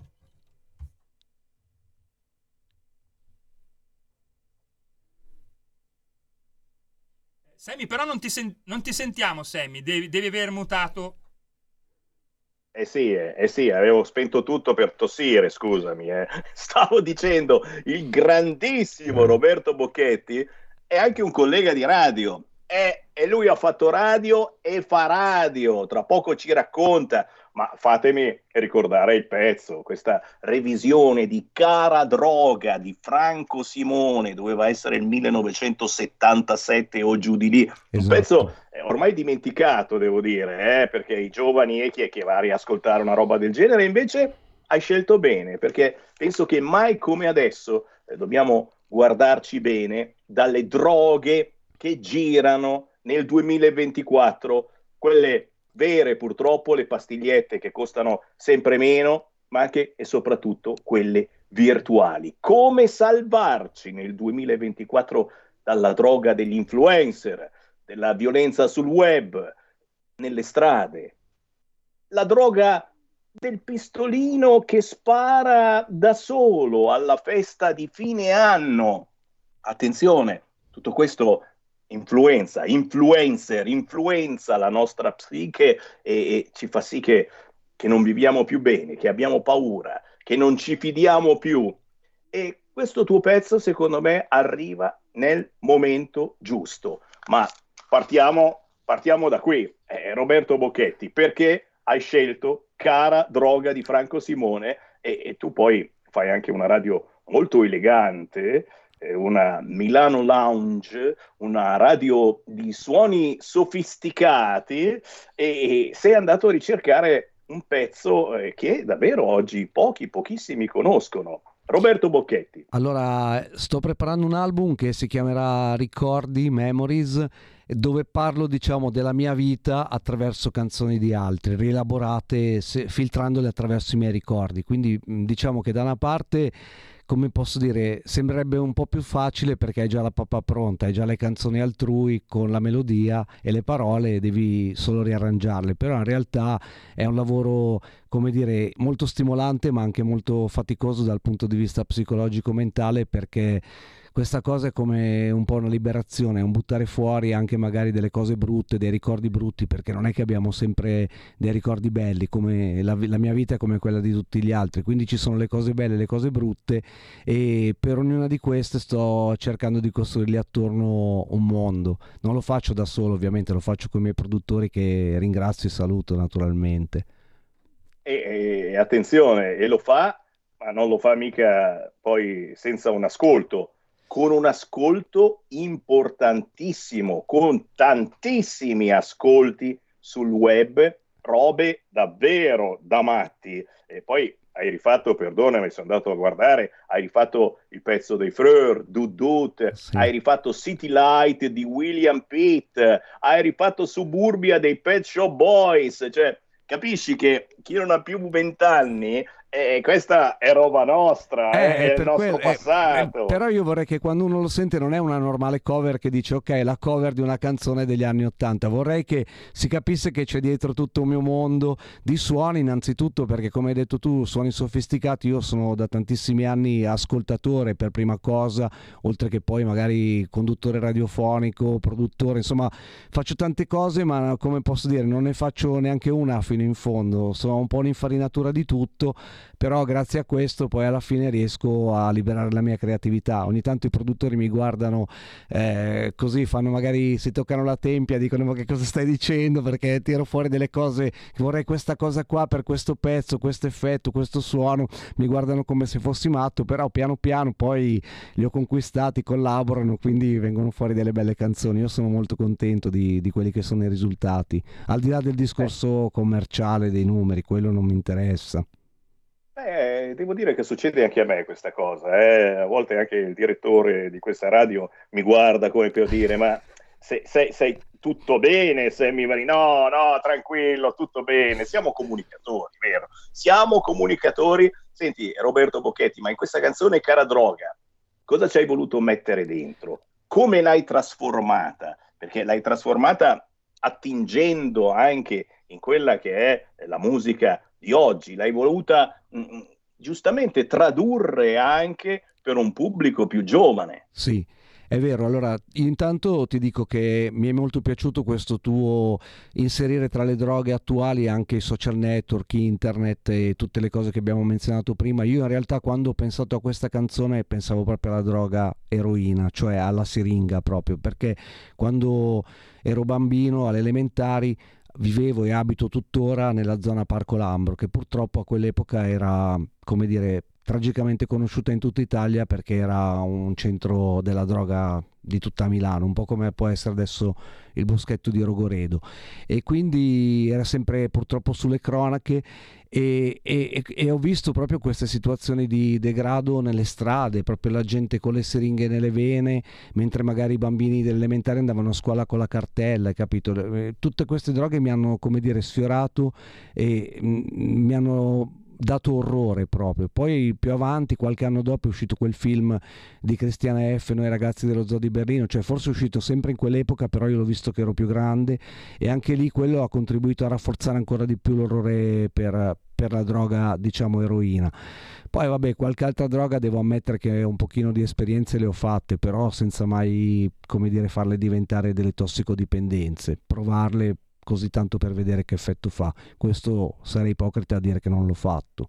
Sammy, però non ti sentiamo, Sammy, devi aver mutato. Eh sì, avevo spento tutto per tossire, scusami. Stavo dicendo, il grandissimo Roberto Bocchetti è anche un collega di radio. E lui ha fatto radio e fa radio, tra poco ci racconta, ma fatemi ricordare il pezzo, questa revisione di Cara droga di Franco Simone, doveva essere il 1977 o giù di lì, Esatto. Un pezzo ormai dimenticato, devo dire, perché i giovani chi è che va a riascoltare una roba del genere, invece hai scelto bene, perché penso che mai come adesso dobbiamo guardarci bene dalle droghe che girano nel 2024, quelle vere purtroppo, le pastigliette che costano sempre meno, ma anche e soprattutto quelle virtuali. Come salvarci nel 2024 dalla droga degli influencer, della violenza sul web, nelle strade, la droga del pistolino che spara da solo alla festa di fine anno. Attenzione, tutto questo influenza la nostra psiche e ci fa sì che non viviamo più bene, che abbiamo paura, che non ci fidiamo più. E questo tuo pezzo, secondo me, arriva nel momento giusto. Ma partiamo da qui. Roberto Bocchetti, perché hai scelto Cara droga di Franco Simone e tu poi fai anche una radio molto elegante, una Milano Lounge, una radio di suoni sofisticati, e sei andato a ricercare un pezzo che davvero oggi pochissimi conoscono. Roberto Bocchetti. Allora, sto preparando un album che si chiamerà Ricordi, Memories, dove parlo, diciamo, della mia vita attraverso canzoni di altri, rielaborate, filtrandole attraverso i miei ricordi. Quindi diciamo che da una parte, come posso dire, sembrerebbe un po' più facile perché hai già la pappa pronta, hai già le canzoni altrui con la melodia e le parole, devi solo riarrangiarle, però in realtà è un lavoro, come dire, molto stimolante ma anche molto faticoso dal punto di vista psicologico-mentale, perché questa cosa è come un po' una liberazione, un buttare fuori anche magari delle cose brutte, dei ricordi brutti, perché non è che abbiamo sempre dei ricordi belli, come la mia vita è come quella di tutti gli altri, quindi ci sono le cose belle e le cose brutte, e per ognuna di queste sto cercando di costruirgli attorno un mondo. Non lo faccio da solo, ovviamente, lo faccio con i miei produttori, che ringrazio e saluto naturalmente. E attenzione, e lo fa, ma non lo fa mica poi senza un ascolto, con un ascolto importantissimo, con tantissimi ascolti sul web, robe davvero da matti. E poi hai rifatto, perdonami, sono andato a guardare, hai rifatto il pezzo dei Freur, Dut Dut, sì. Hai rifatto City Light di William Pitt, hai rifatto Suburbia dei Pet Shop Boys, cioè capisci che chi non ha più 20 anni, questa è roba nostra, è il nostro passato. Però io vorrei che quando uno lo sente non è una normale cover che dice ok, la cover di una canzone degli anni '80, vorrei che si capisse che c'è dietro tutto un mio mondo di suoni, innanzitutto perché, come hai detto tu, suoni sofisticati. Io sono da tantissimi anni ascoltatore per prima cosa, oltre che poi magari conduttore radiofonico, produttore, insomma faccio tante cose, ma come posso dire, non ne faccio neanche una fino in fondo, sono un po' un'infarinatura di tutto, però grazie a questo poi alla fine riesco a liberare la mia creatività. Ogni tanto i produttori mi guardano così, fanno, magari si toccano la tempia, dicono ma che cosa stai dicendo, perché tiro fuori delle cose, vorrei questa cosa qua per questo pezzo, questo effetto, questo suono, mi guardano come se fossi matto, però piano piano poi li ho conquistati, collaborano, quindi vengono fuori delle belle canzoni. Io sono molto contento di quelli che sono i risultati, al di là del discorso commerciale dei numeri, quello non mi interessa. Devo dire che succede anche a me questa cosa, a volte anche il direttore di questa radio mi guarda come per dire ma sei tutto bene Sammy Varin? No, tranquillo, tutto bene, siamo comunicatori, vero? Siamo comunicatori. Senti Roberto Bocchetti, ma in questa canzone Cara Droga cosa ci hai voluto mettere dentro? Come l'hai trasformata? Perché l'hai trasformata attingendo anche in quella che è la musica di oggi, l'hai voluta giustamente tradurre anche per un pubblico più giovane. Sì, è vero. Allora, intanto ti dico che mi è molto piaciuto questo tuo inserire tra le droghe attuali anche i social network, internet e tutte le cose che abbiamo menzionato prima. Io in realtà quando ho pensato a questa canzone pensavo proprio alla droga eroina, cioè alla siringa proprio, perché quando ero bambino alle elementari vivevo e abito tuttora nella zona Parco Lambro, che purtroppo a quell'epoca era, come dire, tragicamente conosciuta in tutta Italia perché era un centro della droga di tutta Milano, un po' come può essere adesso il Boschetto di Rogoredo, e quindi era sempre purtroppo sulle cronache e ho visto proprio queste situazioni di degrado nelle strade, proprio la gente con le siringhe nelle vene, mentre magari i bambini delle elementari andavano a scuola con la cartella, capito? Tutte queste droghe mi hanno, come dire, sfiorato e mi hanno dato orrore proprio. Poi più avanti, qualche anno dopo, è uscito quel film di Cristiana F, Noi ragazzi dello zoo di Berlino, cioè forse è uscito sempre in quell'epoca, però io l'ho visto che ero più grande, e anche lì quello ha contribuito a rafforzare ancora di più l'orrore per la droga, diciamo, eroina. Poi vabbè, qualche altra droga devo ammettere che un pochino di esperienze le ho fatte, però senza mai, come dire, farle diventare delle tossicodipendenze, provarle così tanto per vedere che effetto fa. Questo sarei ipocrita a dire che non l'ho fatto.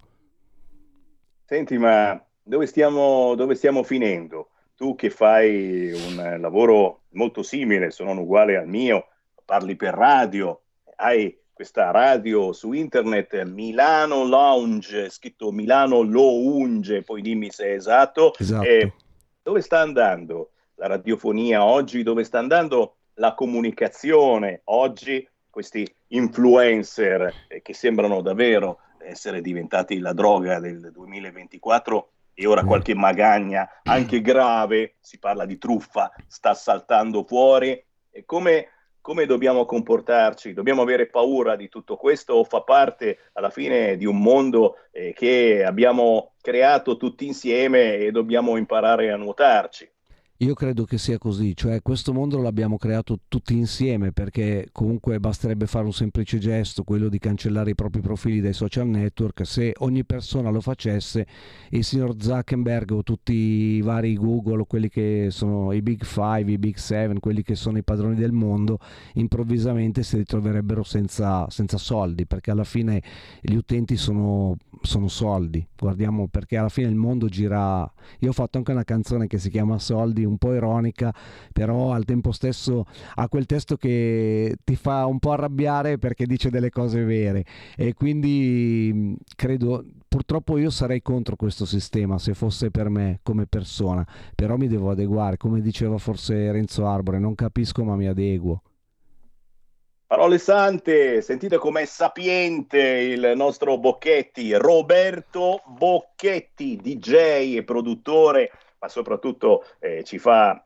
Senti, ma dove stiamo finendo? Tu che fai un lavoro molto simile, se non uguale al mio, parli per radio, hai questa radio su internet, Milano Lounge, scritto Milano Lounge, poi dimmi se è esatto. Dove sta andando la radiofonia oggi? Dove sta andando la comunicazione oggi? questi influencer che sembrano davvero essere diventati la droga del 2024 e ora qualche magagna anche grave, si parla di truffa, sta saltando fuori. E come dobbiamo comportarci? Dobbiamo avere paura di tutto questo o fa parte alla fine di un mondo che abbiamo creato tutti insieme e dobbiamo imparare a nuotarci? Io credo che sia così, cioè questo mondo l'abbiamo creato tutti insieme, perché comunque basterebbe fare un semplice gesto, quello di cancellare i propri profili dai social network. Se ogni persona lo facesse, il signor Zuckerberg o tutti i vari Google o quelli che sono i Big Five, i Big Seven, quelli che sono i padroni del mondo, improvvisamente si ritroverebbero senza soldi, perché alla fine gli utenti sono soldi. Guardiamo, perché alla fine il mondo gira. Io ho fatto anche una canzone che si chiama Soldi, un po' ironica, però al tempo stesso ha quel testo che ti fa un po' arrabbiare perché dice delle cose vere, e quindi credo, purtroppo io sarei contro questo sistema se fosse per me come persona, però mi devo adeguare, come diceva forse Renzo Arbore, non capisco ma mi adeguo. Parole sante, sentite com'è sapiente il nostro Bocchetti, Roberto Bocchetti, DJ e produttore, ma soprattutto ci fa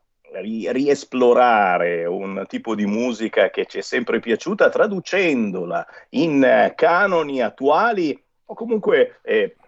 riesplorare un tipo di musica che ci è sempre piaciuta, traducendola in canoni attuali o comunque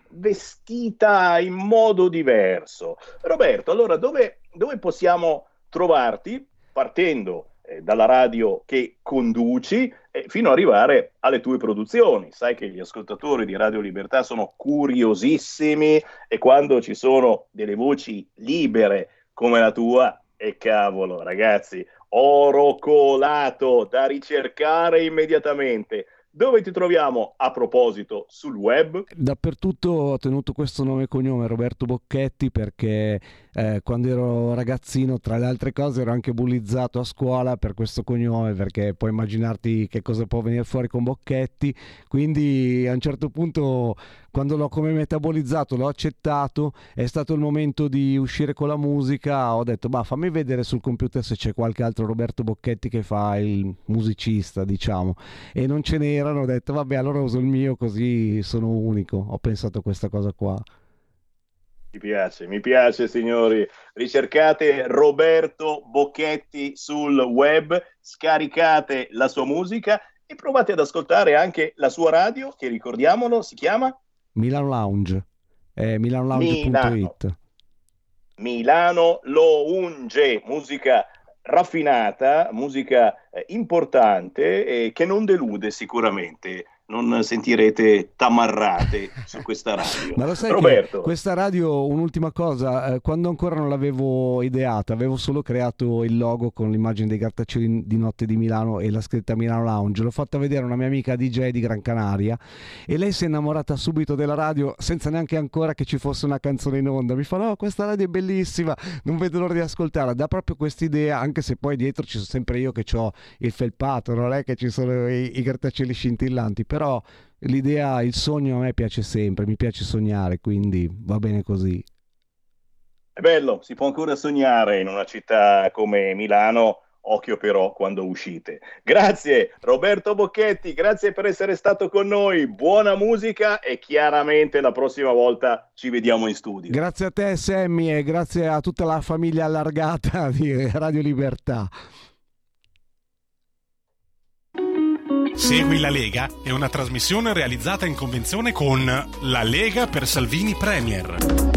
vestita in modo diverso. Roberto, allora dove possiamo trovarti, partendo dalla radio che conduci fino ad arrivare alle tue produzioni? Sai che gli ascoltatori di Radio Libertà sono curiosissimi e quando ci sono delle voci libere come la tua, e cavolo ragazzi, oro colato da ricercare immediatamente. Dove ti troviamo a proposito sul web? Dappertutto ho tenuto questo nome e cognome, Roberto Bocchetti, perché quando ero ragazzino, tra le altre cose, ero anche bullizzato a scuola per questo cognome, perché puoi immaginarti che cosa può venire fuori con Bocchetti. Quindi a un certo punto, quando l'ho come metabolizzato, l'ho accettato, è stato il momento di uscire con la musica, ho detto fammi vedere sul computer se c'è qualche altro Roberto Bocchetti che fa il musicista, diciamo, e non ce n'erano. Ho detto vabbè, allora uso il mio, così sono unico. Ho pensato a questa cosa qua. Mi piace signori, ricercate Roberto Bocchetti sul web, scaricate la sua musica e provate ad ascoltare anche la sua radio, che ricordiamolo si chiama Milano Lounge, milanolounge.it. Milano Lounge, musica raffinata, musica importante che non delude sicuramente. Non sentirete tamarrate su questa radio. Ma lo sai, Roberto, che questa radio, un'ultima cosa, quando ancora non l'avevo ideata, avevo solo creato il logo con l'immagine dei grattacieli di notte di Milano e la scritta Milano Lounge. L'ho fatta vedere a una mia amica DJ di Gran Canaria e lei si è innamorata subito della radio senza neanche ancora che ci fosse una canzone in onda. Mi fa: no, questa radio è bellissima, non vedo l'ora di ascoltarla. Dà proprio quest'idea, anche se poi dietro ci sono sempre io che ho il felpato, non è che ci sono i grattacieli scintillanti, però l'idea, il sogno a me piace sempre, mi piace sognare, quindi va bene così. È bello, si può ancora sognare in una città come Milano, occhio però quando uscite. Grazie Roberto Bocchetti, grazie per essere stato con noi, buona musica e chiaramente la prossima volta ci vediamo in studio. Grazie a te Sammy e grazie a tutta la famiglia allargata di Radio Libertà. Segui la Lega è una trasmissione realizzata in convenzione con La Lega per Salvini Premier.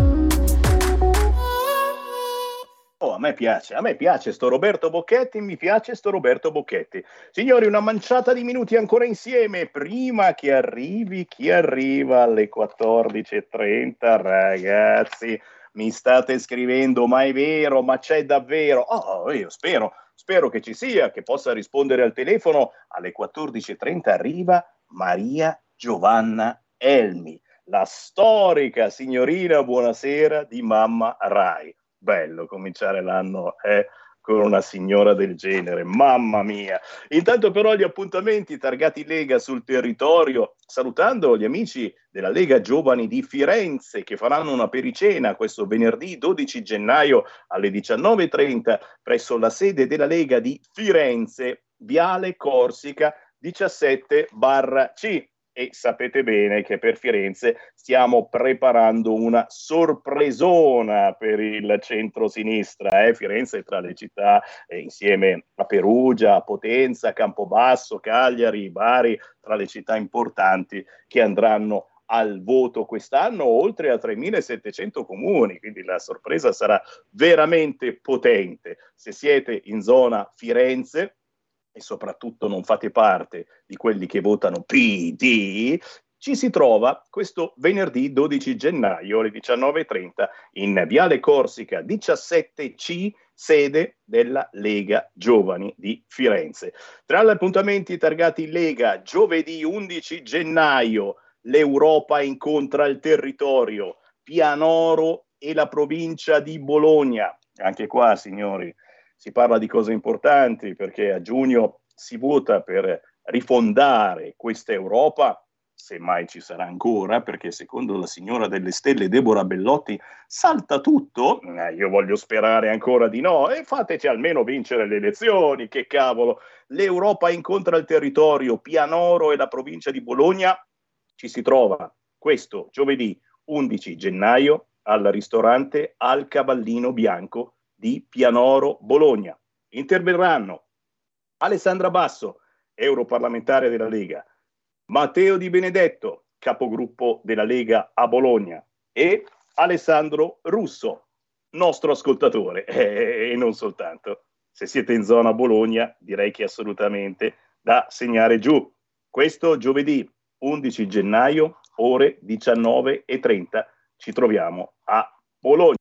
Oh, a me piace sto Roberto Bocchetti, mi piace sto Roberto Bocchetti. Signori, una manciata di minuti ancora insieme prima che arrivi chi arriva alle 14:30, ragazzi. Mi state scrivendo, ma è vero, ma c'è davvero? Oh, io spero che ci sia, che possa rispondere al telefono. Alle 14:30 arriva Maria Giovanna Elmi, la storica signorina buonasera di Mamma Rai. Bello cominciare l'anno con una signora del genere, mamma mia. Intanto però gli appuntamenti targati Lega sul territorio, salutando gli amici della Lega Giovani di Firenze che faranno una pericena questo venerdì 12 gennaio alle 19:30 presso la sede della Lega di Firenze, Viale Corsica 17/C. E sapete bene che per Firenze stiamo preparando una sorpresona per il centro-sinistra. Firenze è tra le città, insieme a Perugia, Potenza, Campobasso, Cagliari, Bari, tra le città importanti che andranno al voto quest'anno, oltre a 3.700 comuni, quindi la sorpresa sarà veramente potente. Se siete in zona Firenze e soprattutto non fate parte di quelli che votano PD, ci si trova questo venerdì 12 gennaio alle 19:30 in Viale Corsica 17C, sede della Lega Giovani di Firenze. Tra gli appuntamenti targati Lega, giovedì 11 gennaio, l'Europa incontra il territorio, Pianoro e la provincia di Bologna. Anche qua, signori, si parla di cose importanti, perché a giugno si vota per rifondare questa Europa, se mai ci sarà ancora, perché secondo la signora delle stelle Deborah Bellotti salta tutto. Io voglio sperare ancora di no, e fateci almeno vincere le elezioni, che cavolo. L'Europa incontra il territorio, Pianoro e la provincia di Bologna. Ci si trova questo giovedì 11 gennaio al ristorante Al Cavallino Bianco di Pianoro, Bologna. Interverranno Alessandra Basso, europarlamentare della Lega, Matteo Di Benedetto, capogruppo della Lega a Bologna, e Alessandro Russo, nostro ascoltatore, e non soltanto. Se siete in zona Bologna, direi che è assolutamente da segnare giù. Questo giovedì 11 gennaio, ore 19:30, ci troviamo a Bologna.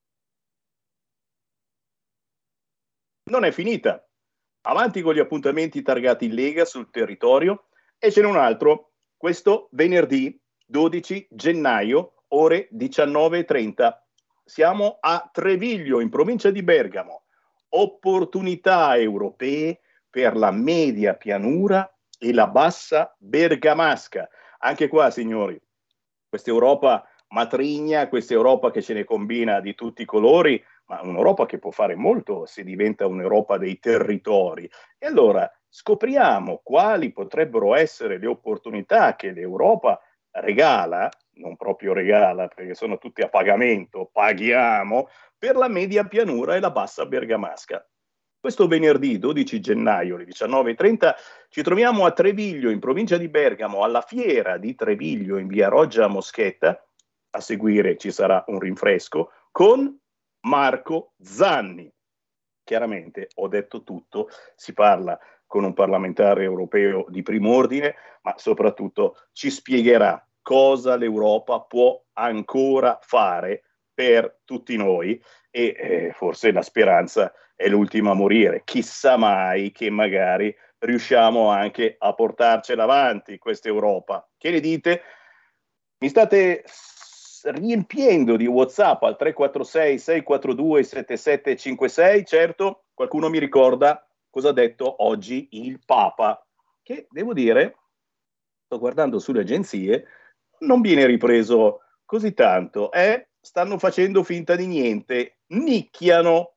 Non è finita. Avanti con gli appuntamenti targati in Lega sul territorio, e ce n'è un altro, questo venerdì 12 gennaio, ore 19:30. Siamo a Treviglio, in provincia di Bergamo. Opportunità europee per la media pianura e la bassa bergamasca. Anche qua, signori, questa Europa matrigna, questa Europa che ce ne combina di tutti i colori, ma un'Europa che può fare molto se diventa un'Europa dei territori. E allora scopriamo quali potrebbero essere le opportunità che l'Europa regala, non proprio regala perché sono tutti a pagamento, paghiamo, per la media pianura e la bassa bergamasca. Questo venerdì 12 gennaio alle 19:30 ci troviamo a Treviglio, in provincia di Bergamo, alla fiera di Treviglio in via Roggia Moschetta. A seguire ci sarà un rinfresco con Marco Zanni. Chiaramente ho detto tutto, si parla con un parlamentare europeo di primo ordine, ma soprattutto ci spiegherà cosa l'Europa può ancora fare per tutti noi, e forse la speranza è l'ultima a morire. Chissà mai che magari riusciamo anche a portarcela avanti questa Europa. Che ne dite? Mi state riempiendo di WhatsApp al 346 642 7756. Certo, qualcuno mi ricorda cosa ha detto oggi il Papa, che devo dire, sto guardando sulle agenzie, non viene ripreso così tanto, stanno facendo finta di niente, nicchiano,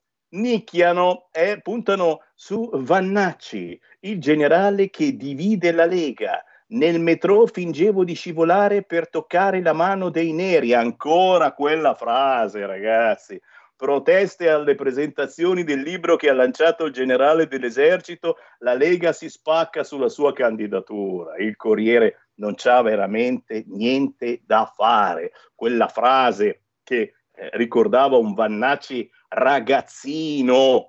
puntano su Vannacci, il generale che divide la Lega. Nel metro fingevo di scivolare per toccare la mano dei neri. Ancora quella frase, ragazzi. Proteste alle presentazioni del libro che ha lanciato il generale dell'esercito, la Lega si spacca sulla sua candidatura. Il Corriere non c'ha veramente niente da fare. Quella frase che ricordava un Vannacci ragazzino,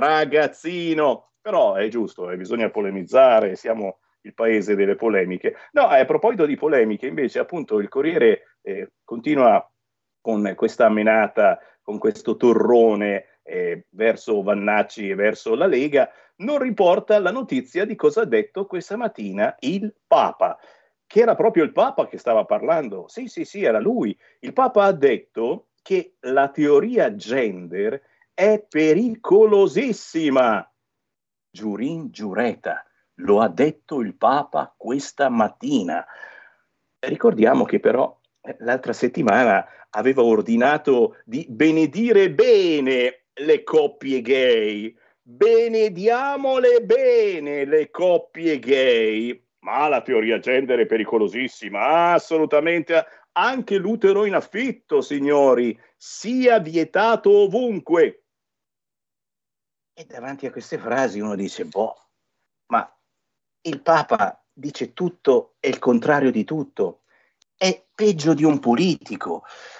però è giusto, bisogna polemizzare, siamo il paese delle polemiche. No, a proposito di polemiche, invece, appunto, il Corriere continua con questa menata, con questo torrone verso Vannacci e verso la Lega, non riporta la notizia di cosa ha detto questa mattina il Papa, che era proprio il Papa che stava parlando. Sì, era lui. Il Papa ha detto che la teoria gender è pericolosissima. Giurin giureta. Lo ha detto il Papa questa mattina. Ricordiamo che però l'altra settimana aveva ordinato di benedire bene le coppie gay. Benediamole bene le coppie gay. Ma la teoria gender è pericolosissima, assolutamente. Anche l'utero in affitto, signori, sia vietato ovunque. E davanti a queste frasi uno dice, ma il Papa dice tutto e il contrario di tutto. È peggio di un politico.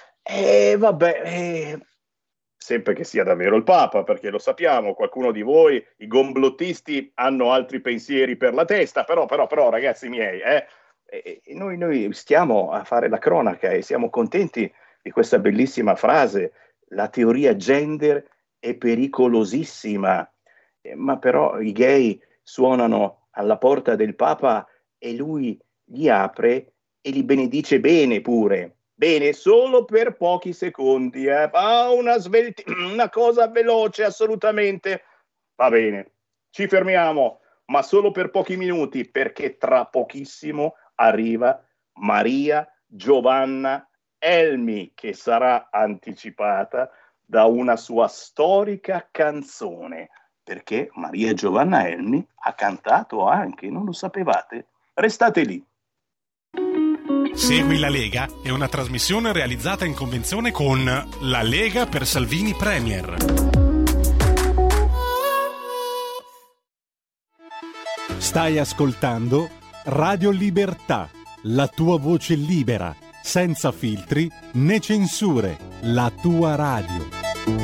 Sempre che sia davvero il Papa, perché lo sappiamo, qualcuno di voi, i gomblottisti, hanno altri pensieri per la testa, però ragazzi miei, noi stiamo a fare la cronaca e siamo contenti di questa bellissima frase. La teoria gender è pericolosissima, ma però i gay suonano alla porta del Papa e lui li apre e li benedice bene pure. Bene, solo per pochi secondi. Fa una cosa veloce, assolutamente. Va bene, ci fermiamo, ma solo per pochi minuti, perché tra pochissimo arriva Maria Giovanna Elmi, che sarà anticipata da una sua storica canzone, perché Maria Giovanna Elmi ha cantato anche, non lo sapevate? Restate lì. Segui la Lega è una trasmissione realizzata in convenzione con La Lega per Salvini Premier. Stai ascoltando Radio Libertà, la tua voce libera, senza filtri né censure, la tua radio.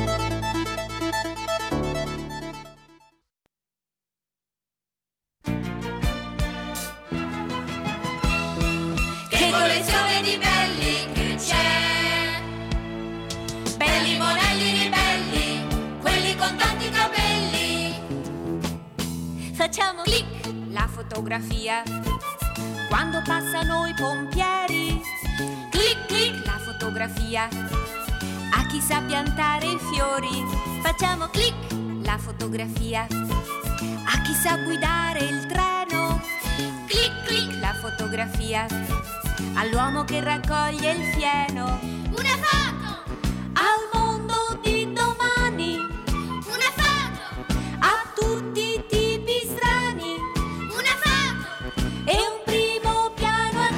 Facciamo clic la fotografia quando passano i pompieri. Clic clic la fotografia a chi sa piantare i fiori. Facciamo clic la fotografia a chi sa guidare il treno. Clic clic la fotografia all'uomo che raccoglie il fieno. Una foto al mondo di domani. Una foto a tutti i tipi strani. Una foto e un primo piano a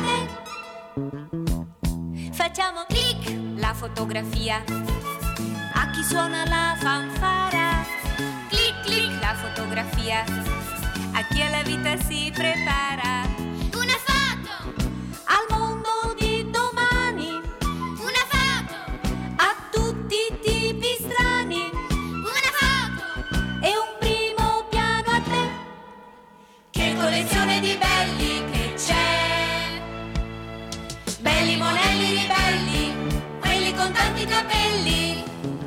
te. Facciamo clic la fotografia a chi suona la fanfara. Clic clic la fotografia a chi alla vita si prepara. Una foto al mondo di domani. Una foto a tutti i tipi strani. Una foto e un primo piano a te. Che collezione di belli che c'è. Belli monelli ribelli, quelli con tanti capelli.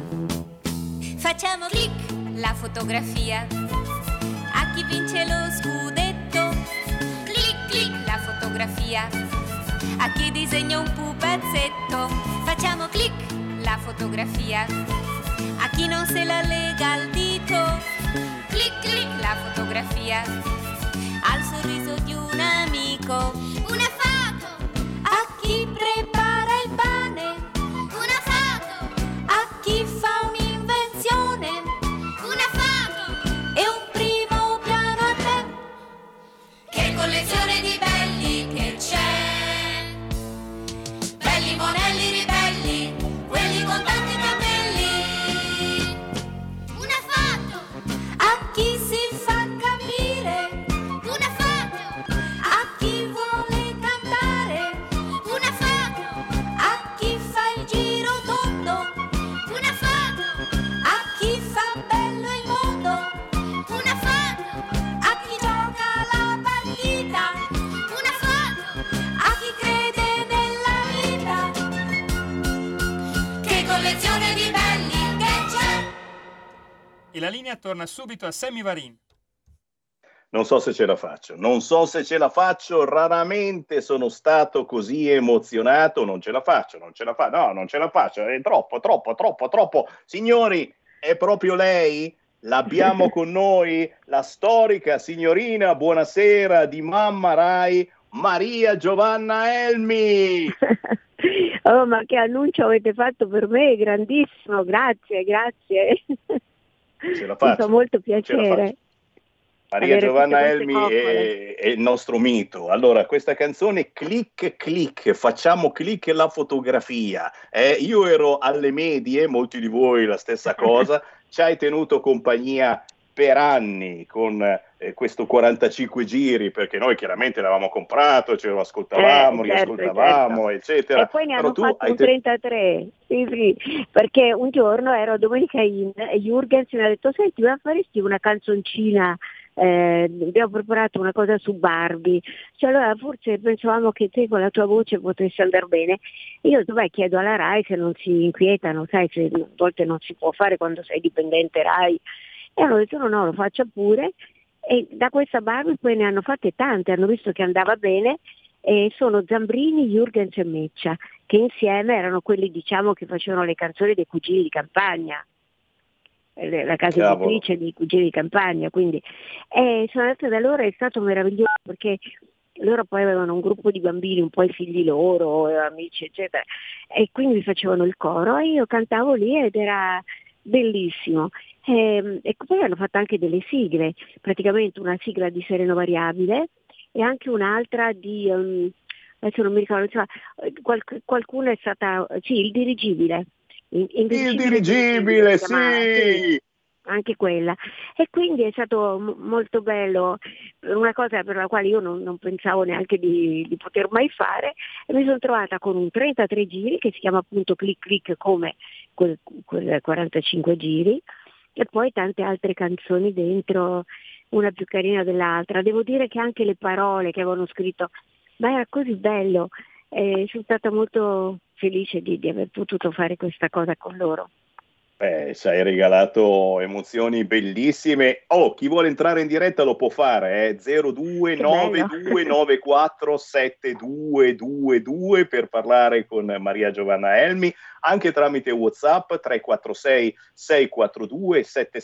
Facciamo clic la fotografia a chi vince lo scudetto. Clic clic la fotografia a chi disegna un pupazzetto. Facciamo clic la fotografia a chi non se la lega al dito. Clic clic la fotografia al sorriso di un amico. Una foto a chi prepara il pane. Una foto a chi fa un'invenzione. Una foto e un primo piano a te. Che collezione di belli che c'è. Belli monelli ribelli, quelli con tanti capelli. Una foto a chi si fa capire. Una foto a chi vuole cantare. Una foto a chi fa il giro tondo. Una foto a chi fa bello il mondo. Una foto a chi gioca la partita. Una foto a chi crede nella vita. Che collezione di belli che c'è. E la linea torna subito a Sammy Varin. Non so se ce la faccio, raramente sono stato così emozionato, non ce la faccio, è troppo. Signori, è proprio lei? L'abbiamo con noi, la storica signorina, buonasera, di Mamma Rai, Maria Giovanna Elmi. Oh, ma che annuncio avete fatto per me, grandissimo, grazie. Ce la Mi fa faccio. molto piacere. Maria Giovanna Elmi è il nostro mito. Allora, questa canzone click click, facciamo click la fotografia. Io ero alle medie, molti di voi la stessa cosa, ci hai tenuto compagnia per anni con questo 45 giri, perché noi chiaramente l'avevamo comprato, ce lo ascoltavamo, riascoltavamo, eccetera. E poi ne hanno fatto un 33, sì, perché un giorno ero a Domenica Inn e Jürgens mi ha detto: senti, ma faresti una canzoncina? Abbiamo preparato una cosa su Barbie, cioè, allora forse pensavamo che te con la tua voce potesse andare bene. Io chiedo alla Rai se non si inquietano, sai, se a volte non si può fare quando sei dipendente Rai, e hanno detto no, lo faccia pure, e da questa Barbie poi ne hanno fatte tante, hanno visto che andava bene, e sono Zambrini, Jürgens e Meccia, che insieme erano quelli, diciamo, che facevano le canzoni dei Cugini di Campagna, la casa editrice di Cugini di Campagna, quindi sono andata da loro, è stato meraviglioso, perché loro poi avevano un gruppo di bambini, un po' i figli loro, amici eccetera, e quindi facevano il coro e io cantavo lì ed era bellissimo. E poi hanno fatto anche delle sigle, praticamente una sigla di Sereno Variabile e anche un'altra di adesso non mi ricordo, qualcuno è stata, sì, il dirigibile. Il dirigibile, sì, anche quella, e quindi è stato molto bello, una cosa per la quale io non pensavo neanche di poter mai fare, e mi sono trovata con un 33 giri che si chiama appunto Click Click, come quel 45 giri, e poi tante altre canzoni dentro, una più carina dell'altra. Devo dire che anche le parole che avevano scritto, ma era così bello. Sono stata molto felice di aver potuto fare questa cosa con loro. Ci hai regalato emozioni bellissime. Chi vuole entrare in diretta lo può fare, 0292947222 per parlare con Maria Giovanna Elmi, anche tramite WhatsApp 346 642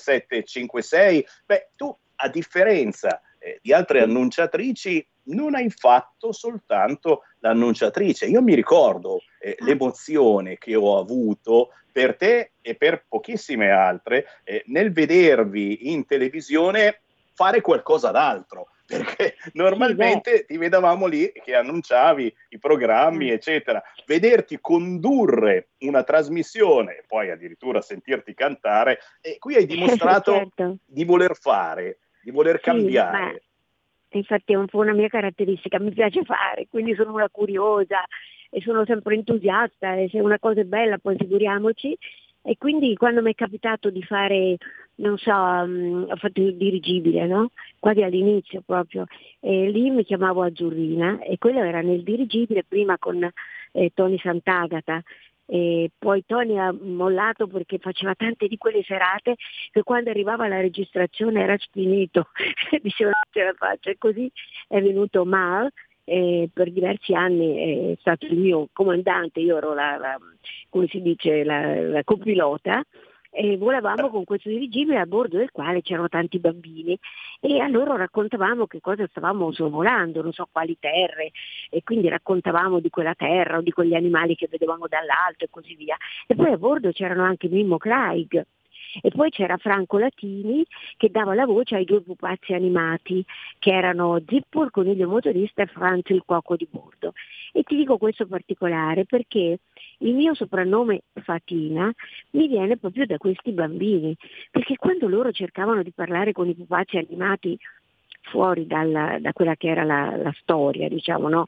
7756. Tu, a differenza di altre annunciatrici, non hai fatto soltanto l'annunciatrice. Io mi ricordo l'emozione che ho avuto per te e per pochissime altre nel vedervi in televisione fare qualcosa d'altro, perché normalmente ti vedevamo lì che annunciavi i programmi eccetera. Vederti condurre una trasmissione e poi addirittura sentirti cantare, e qui hai dimostrato di voler fare, di voler cambiare. Infatti è un po' una mia caratteristica, mi piace fare, quindi sono una curiosa e sono sempre entusiasta, e se una cosa è bella poi figuriamoci. E quindi quando mi è capitato di fare, non so, ho fatto il dirigibile, no? Quasi all'inizio proprio, e lì mi chiamavo Azzurrina, e quello era nel dirigibile, prima con Tony Sant'Agata. E poi Tony ha mollato perché faceva tante di quelle serate che quando arrivava la registrazione era finito, diceva non ce la faccio, e così è venuto Mal, per diversi anni è stato il mio comandante, io ero come si dice, la copilota, e volavamo con questo dirigibile a bordo del quale c'erano tanti bambini, e a loro raccontavamo che cosa stavamo sorvolando, non so quali terre, e quindi raccontavamo di quella terra o di quegli animali che vedevamo dall'alto e così via. E poi a bordo c'erano anche Mimmo Craig, e poi c'era Franco Latini che dava la voce ai due pupazzi animati che erano Zippo il coniglio motorista e Franz il cuoco di bordo. E ti dico questo particolare perché il mio soprannome Fatina mi viene proprio da questi bambini, perché quando loro cercavano di parlare con i pupazzi animati fuori da quella che era la storia, diciamo, no?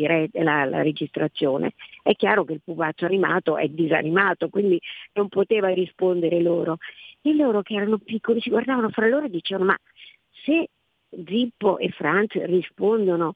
La registrazione, è chiaro che il pupazzo animato è disanimato, quindi non poteva rispondere loro. E loro che erano piccoli si guardavano fra loro e dicevano: ma se Zippo e Franz rispondono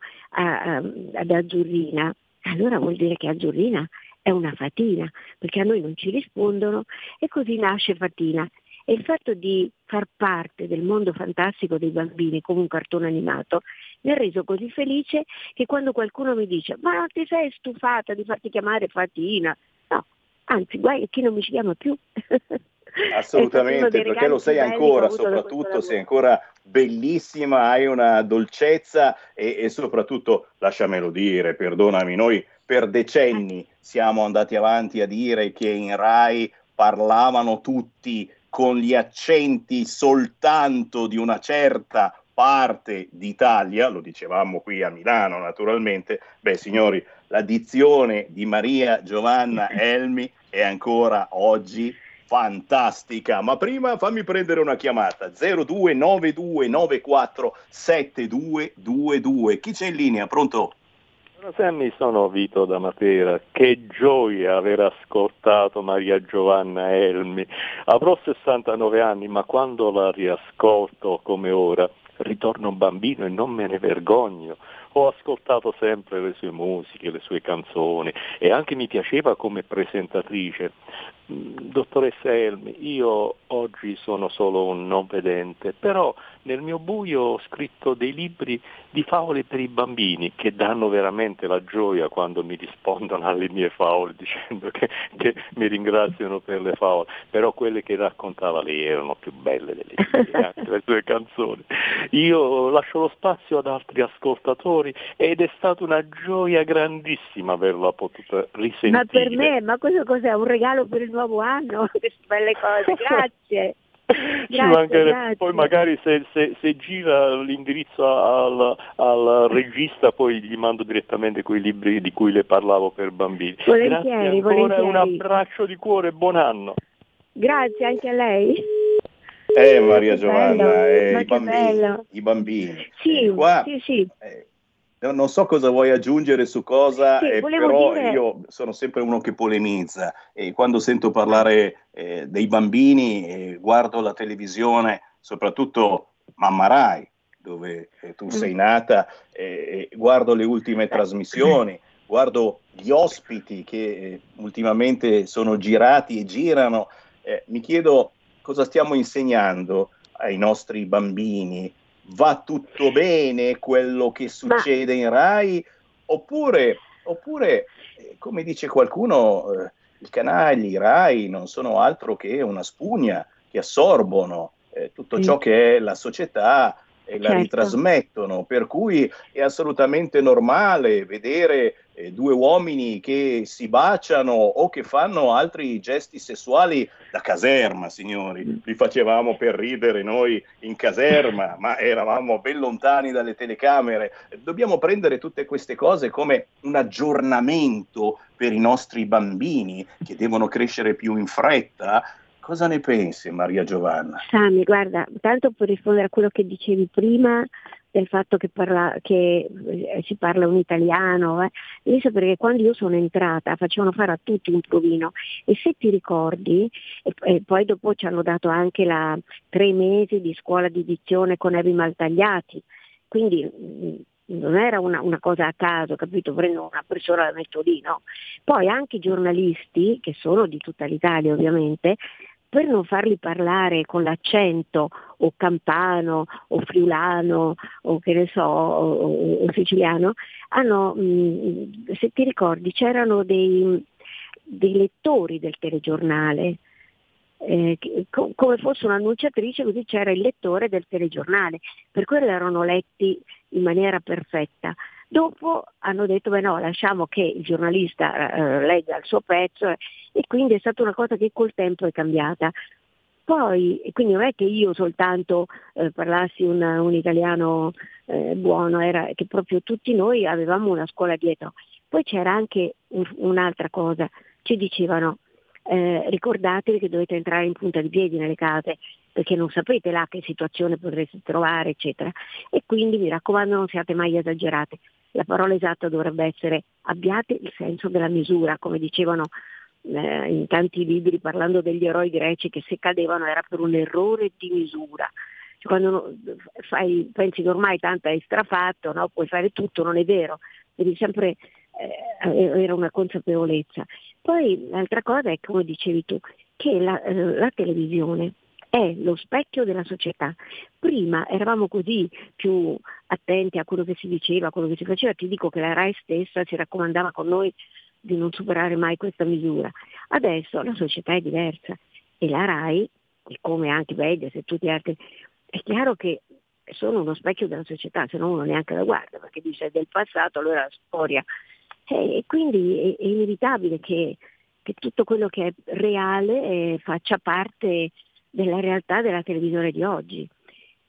ad Azzurrina, allora vuol dire che Azzurrina è una Fatina, perché a noi non ci rispondono, e così nasce Fatina. E il fatto di far parte del mondo fantastico dei bambini come un cartone animato mi ha reso così felice che quando qualcuno mi dice: ma non ti sei stufata di farti chiamare Fatina? No, anzi, guai, chi non mi ci chiama più. Assolutamente, perché lo sei ancora, soprattutto sei ancora bellissima, hai una dolcezza e soprattutto, lasciamelo dire, perdonami, noi per decenni siamo andati avanti a dire che in Rai parlavano tutti con gli accenti soltanto di una certa parte d'Italia, lo dicevamo qui a Milano naturalmente, signori, la dizione di Maria Giovanna Elmi è ancora oggi fantastica. Ma prima fammi prendere una chiamata: 0292947222. Chi c'è in linea? Pronto? Sammy, sono Vito da Matera. Che gioia aver ascoltato Maria Giovanna Elmi. Avrò 69 anni, ma quando la riascolto come ora ritorno bambino e non me ne vergogno. Ho ascoltato sempre le sue musiche, le sue canzoni e anche mi piaceva come presentatrice. Dottoressa Elmi, io oggi sono solo un non vedente, però nel mio buio ho scritto dei libri di favole per i bambini che danno veramente la gioia quando mi rispondono alle mie favole dicendo che mi ringraziano per le favole, però quelle che raccontava lei erano più belle delle mie, anche le sue canzoni. Io lascio lo spazio ad altri ascoltatori ed è stata una gioia grandissima averla potuta risentire. Ma per me, ma questo cos'è? Un regalo per il nuovo anno? Che belle cose, grazie. Grazie. Poi magari se gira l'indirizzo al regista poi gli mando direttamente quei libri di cui le parlavo per bambini. Volentieri, grazie ancora, volentieri. Un abbraccio di cuore e buon anno. Grazie anche a lei. Maria Giovanna, i bambini. Sì, qua, sì. Non so cosa vuoi aggiungere su cosa, Sì, però dire... io sono sempre uno che polemizza e quando sento parlare dei bambini guardo la televisione, soprattutto Mamma Rai, dove tu sei nata, guardo le ultime trasmissioni, guardo gli ospiti che ultimamente sono girati e girano, mi chiedo cosa stiamo insegnando ai nostri bambini. Va tutto bene quello che succede in Rai oppure come dice qualcuno, i canali Rai non sono altro che una spugna che assorbono tutto ciò che è la società e la ritrasmettono, per cui è assolutamente normale vedere due uomini che si baciano o che fanno altri gesti sessuali da caserma, signori. Li facevamo per ridere noi in caserma, ma eravamo ben lontani dalle telecamere. Dobbiamo prendere tutte queste cose come un aggiornamento per i nostri bambini che devono crescere più in fretta. Cosa ne pensi, Maria Giovanna? Sami, guarda, tanto per rispondere a quello che dicevi prima del fatto che si parla un italiano, devi sapere che quando io sono entrata facevano fare a tutti un provino e se ti ricordi, e poi dopo ci hanno dato anche 3 mesi di scuola di dizione con Evi Maltagliati, quindi non era una cosa a caso, capito? Prendo una persona e la metto lì, no? Poi anche i giornalisti, che sono di tutta l'Italia ovviamente, per non farli parlare con l'accento o campano o friulano o che ne so o siciliano, se ti ricordi c'erano dei lettori del telegiornale, come fosse un'annunciatrice, così c'era il lettore del telegiornale, per quello erano letti in maniera perfetta. Dopo hanno detto lasciamo che il giornalista legga il suo pezzo e quindi è stata una cosa che col tempo è cambiata. Poi, quindi non è che io soltanto parlassi un italiano buono, era che proprio tutti noi avevamo una scuola dietro. Poi c'era anche un'altra cosa, ci dicevano ricordatevi che dovete entrare in punta di piedi nelle case perché non sapete là che situazione potreste trovare, eccetera, e quindi mi raccomando non siate mai esagerate. La parola esatta dovrebbe essere abbiate il senso della misura, come dicevano in tanti libri parlando degli eroi greci che se cadevano era per un errore di misura. Cioè, quando pensi che ormai tanto hai strafatto, no? Puoi fare tutto, non è vero, devi sempre avere una consapevolezza. Poi l'altra cosa è, come dicevi tu, che la televisione è lo specchio della società. Prima eravamo così più attenti a quello che si diceva, a quello che si faceva. Ti dico che la Rai stessa si raccomandava con noi di non superare mai questa misura. Adesso la società è diversa e la Rai, come anche Mediaset e tutti gli altri, è chiaro che sono uno specchio della società, se no uno neanche la guarda, perché dice del passato, allora la storia. E quindi è inevitabile che tutto quello che è reale faccia parte della realtà della televisione di oggi.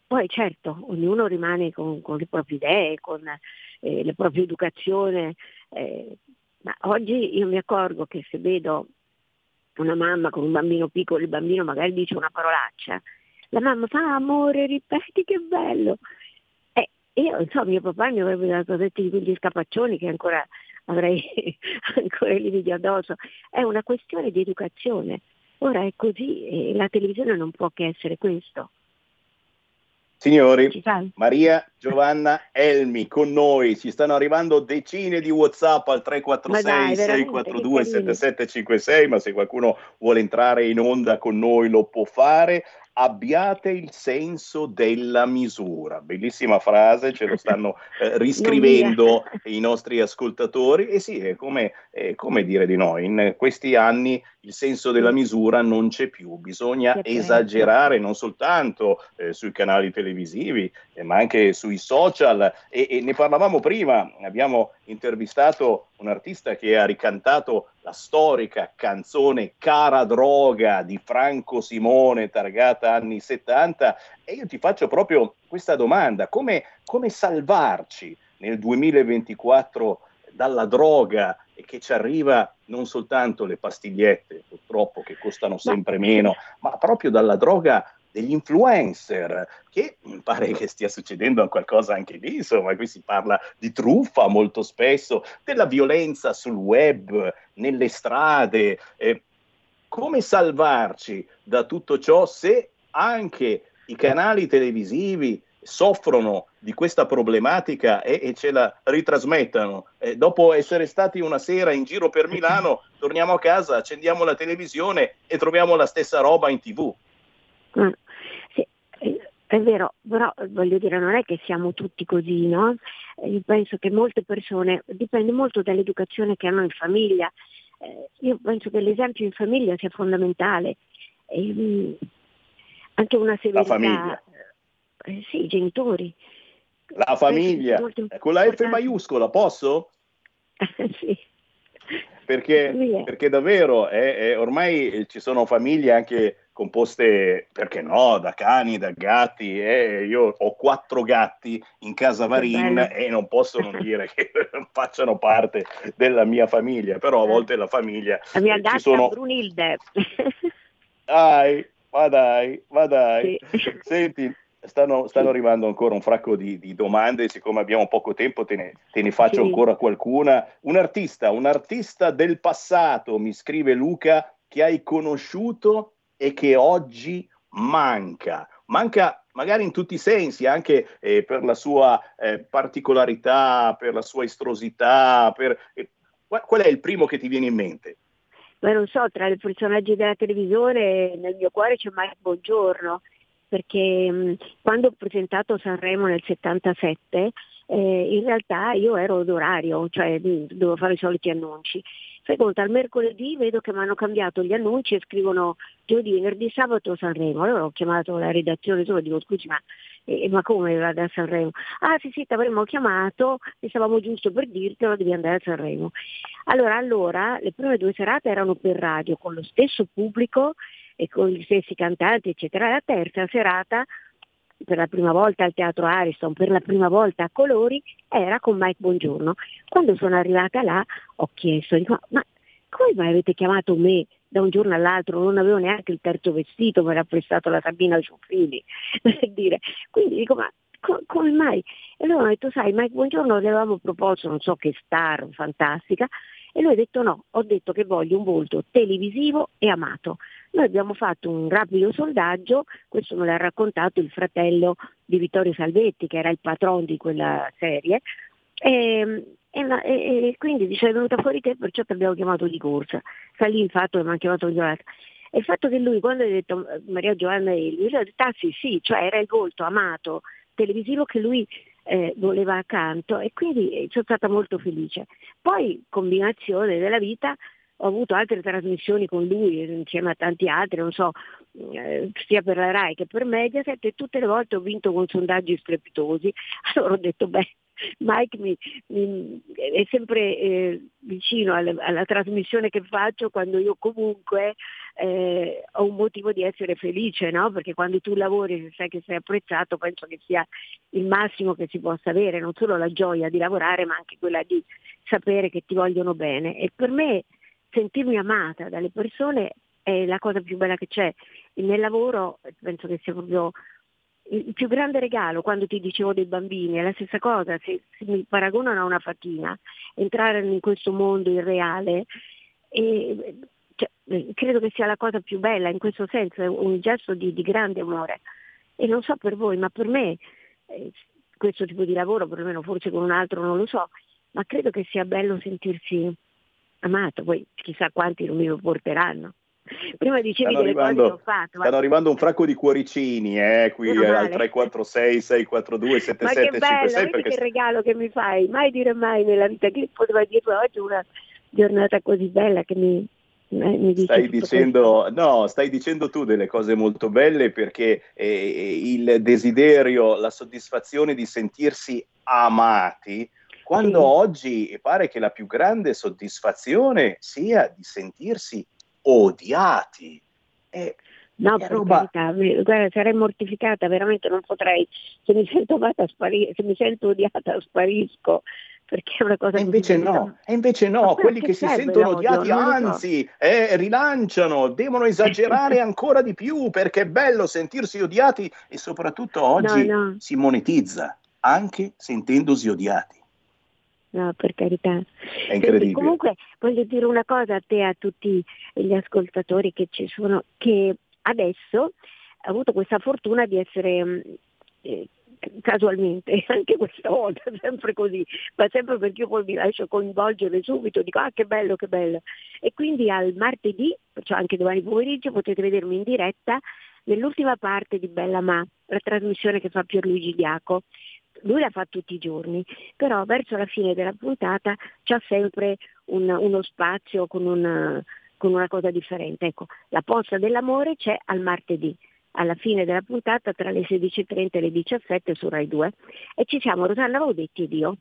Poi certo, ognuno rimane con le proprie idee, con la propria educazione, ma oggi io mi accorgo che se vedo una mamma con un bambino piccolo, il bambino magari dice una parolaccia, la mamma fa amore, ripeti che bello. Io non so, mio papà mi avrebbe dato tutti quegli scapaccioni che ancora avrei ancora i lividi addosso. È una questione di educazione. Ora è così e la televisione non può che essere questo. Signori, Maria Giovanna Elmi con noi, ci stanno arrivando decine di WhatsApp al 346-642-7756, ma se qualcuno vuole entrare in onda con noi lo può fare. Abbiate il senso della misura, bellissima frase, ce lo stanno riscrivendo i nostri ascoltatori, e sì, è come dire di noi, in questi anni il senso della misura non c'è più, bisogna esagerare non soltanto sui canali televisivi, ma anche sui social, e ne parlavamo prima, abbiamo intervistato un artista che ha ricantato la storica canzone Cara droga di Franco Simone, targata anni 70, e io ti faccio proprio questa domanda: come salvarci nel 2024 dalla droga, e che ci arriva non soltanto le pastigliette, purtroppo, che costano sempre meno, ma proprio dalla droga degli influencer, che mi pare che stia succedendo qualcosa anche lì, insomma, qui si parla di truffa molto spesso, della violenza sul web, nelle strade. Come salvarci da tutto ciò se anche i canali televisivi soffrono di questa problematica e ce la ritrasmettano? Dopo essere stati una sera in giro per Milano, torniamo a casa, accendiamo la televisione e troviamo la stessa roba in TV. Sì, è vero, però voglio dire, non è che siamo tutti così, no? Io penso che molte persone, dipende molto dall'educazione che hanno in famiglia. Io penso che l'esempio in famiglia sia fondamentale. Anche una severità. La famiglia. Sì, i genitori. La famiglia, con la F maiuscola, posso? Sì. Perché davvero ormai ci sono famiglie anche composte, perché no, da cani, da gatti. Io ho 4 gatti in casa Varin e non posso non dire che facciano parte della mia famiglia, però a volte la famiglia la mia gatta ci sono... Brunilde. Ma dai. Sì. Senti, stanno arrivando ancora un fracco di domande, siccome abbiamo poco tempo te ne faccio ancora qualcuna. Un artista del passato, mi scrive Luca, che hai conosciuto e che oggi manca magari in tutti i sensi, anche per la sua particolarità, per la sua estrosità, qual è il primo che ti viene in mente? Ma non so, tra i personaggi della televisione nel mio cuore c'è Mike Bongiorno, perché quando ho presentato Sanremo nel 77 in realtà io ero d'orario, cioè dovevo fare i soliti annunci. Fai conto, al mercoledì vedo che mi hanno cambiato gli annunci e scrivono giovedì, venerdì, sabato Sanremo. Allora ho chiamato la redazione e dico scusi, ma come vado a Sanremo? Ah sì, ti avremmo chiamato e stavamo giusto per dirtelo, devi andare a Sanremo. Allora le prime 2 serate erano per radio con lo stesso pubblico e con gli stessi cantanti eccetera. La terza serata, per la prima volta al Teatro Ariston, per la prima volta a colori, era con Mike Bongiorno. Quando sono arrivata là ho chiesto, ma come mai avete chiamato me da un giorno all'altro? Non avevo neanche il terzo vestito, me l'ha prestato la Sabina Ciuffini, per dire. Quindi dico, ma come mai? E allora ho detto, sai, Mike Bongiorno le avevamo proposto, non so che star fantastica, e lui ha detto no, ho detto che voglio un volto televisivo e amato. Noi abbiamo fatto un rapido sondaggio, questo me l'ha raccontato il fratello di Vittorio Salvetti, che era il patron di quella serie, e quindi dice è venuta fuori te, perciò ti abbiamo chiamato di corsa. Sta lì il fatto che mi ha chiamato di corsa. E il fatto che lui, quando ha detto Maria Giovanna Elmi, ha detto sì, cioè era il volto amato televisivo che lui voleva accanto, e quindi sono stata molto felice. Poi, combinazione della vita, ho avuto altre trasmissioni con lui insieme a tanti altri, non so, sia per la Rai che per Mediaset, e tutte le volte ho vinto con sondaggi strepitosi. Allora ho detto Mike è sempre vicino alla trasmissione che faccio, quando io comunque ho un motivo di essere felice, no? Perché quando tu lavori e sai che sei apprezzato, penso che sia il massimo che si possa avere, non solo la gioia di lavorare, ma anche quella di sapere che ti vogliono bene. E per me sentirmi amata dalle persone è la cosa più bella che c'è. Nel lavoro penso che sia proprio il più grande regalo. Quando ti dicevo dei bambini è la stessa cosa, se mi paragonano a una fatina, entrare in questo mondo irreale, credo che sia la cosa più bella, in questo senso è un gesto di grande amore. E non so per voi, ma per me questo tipo di lavoro, perlomeno forse con un altro non lo so, ma credo che sia bello sentirsi amato. Poi chissà quanti non mi lo porteranno. Prima dicevi delle cose che ho fatto. Stanno arrivando un fracco di cuoricini qui al 346 642 7756. Ma che bello, vedi che regalo che mi fai. Mai dire mai nella vita, che poteva dirlo oggi, una giornata così bella che mi dice stai dicendo tu delle cose molto belle, perché il desiderio, la soddisfazione di sentirsi amati, quando oggi pare che la più grande soddisfazione sia di sentirsi odiati. No, per carità, guarda, sarei mortificata, veramente non potrei. Se mi sento amata se mi sento odiata sparisco, perché è una cosa. E invece no, quelli che si sentono odiati anzi rilanciano, devono esagerare ancora di più, perché è bello sentirsi odiati, e soprattutto oggi si monetizza anche sentendosi odiati. No, per carità. È incredibile. Senti, comunque voglio dire una cosa a te e a tutti gli ascoltatori che ci sono, che adesso ho avuto questa fortuna di essere casualmente, anche questa volta, sempre così, ma sempre perché io poi mi lascio coinvolgere subito, dico che bello, che bello. E quindi al martedì, cioè anche domani pomeriggio, potete vedermi in diretta nell'ultima parte di Bella Ma, la trasmissione che fa Pierluigi Diaco. Lui la fa tutti i giorni, però verso la fine della puntata c'ha sempre uno spazio con una cosa differente. Ecco, la posta dell'amore c'è al martedì, alla fine della puntata tra le 16:30 e le 17 su Rai 2, e ci siamo Rosanna Baudetti ed io.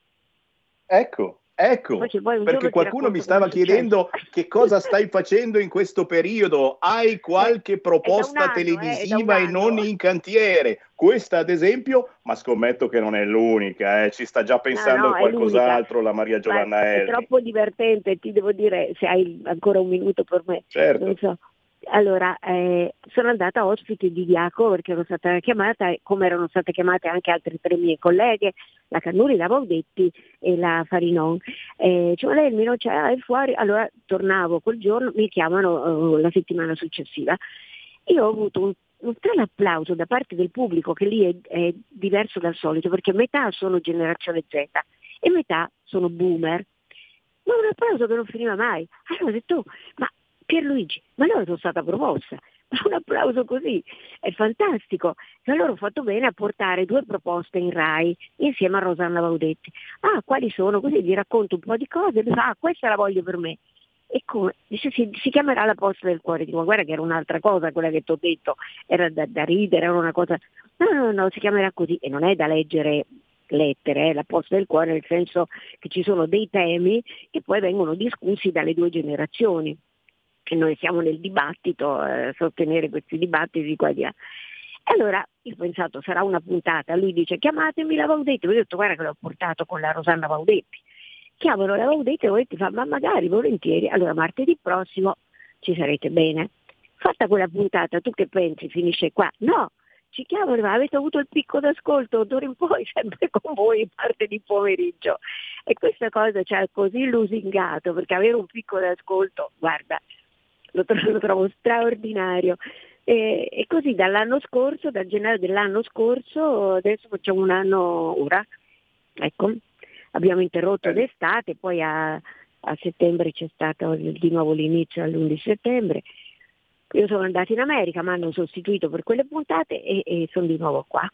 Ecco, perché qualcuno mi stava chiedendo che cosa stai facendo in questo periodo. Hai qualche proposta televisiva e non in cantiere? Questa ad esempio, ma scommetto che non è l'unica, ci sta già pensando a qualcos'altro la Maria Giovanna Elmi. È troppo divertente, ti devo dire, se hai ancora un minuto per me. Certo. Non so. Allora, sono andata ospite di Diaco perché ero stata chiamata, come erano state chiamate anche altre 3 mie colleghe, la Cannuri, la Baudetti e la Farinon. Cioè lei non c'è, è fuori, allora tornavo quel giorno, mi chiamano la settimana successiva. Io ho avuto un tale applauso da parte del pubblico, che lì è diverso dal solito, perché metà sono generazione Z e metà sono boomer, ma un applauso che non finiva mai. Allora ho detto, ma Pierluigi, ma allora sono stata promossa, ma un applauso così è fantastico. E allora ho fatto bene a portare 2 proposte in Rai insieme a Rosanna Baudetti. Quali sono? Così gli racconto un po' di cose e mi fa, questa la voglio per me. E come? Dice, si chiamerà La Posta del Cuore. Dico, guarda che era un'altra cosa quella che ti ho detto, era da ridere, era una cosa. No, si chiamerà così, e non è da leggere lettere, La Posta del Cuore, nel senso che ci sono dei temi che poi vengono discussi dalle 2 generazioni. E noi siamo nel dibattito, sostenere questi dibattiti di qua e di là. E allora io ho pensato, sarà una puntata, lui dice chiamatemi la Baudetti, ho detto guarda che l'ho portato con la Rosanna Baudetti. Chiamano la Baudetti e Baudetti fa, ma magari, volentieri, allora martedì prossimo ci sarete bene. Fatta quella puntata, tu che pensi, finisce qua? No, ci chiamano, ma avete avuto il picco d'ascolto, d'ora in poi sempre con voi martedì pomeriggio. E questa cosa ci ha così lusingato, perché avere un picco d'ascolto, guarda, lo trovo straordinario. E così dall'anno scorso, dal gennaio dell'anno scorso, adesso facciamo un anno ora, ecco, abbiamo interrotto d'estate, poi a settembre c'è stato di nuovo l'inizio all'11 settembre. Io sono andata in America, mi hanno sostituito per quelle puntate e sono di nuovo qua.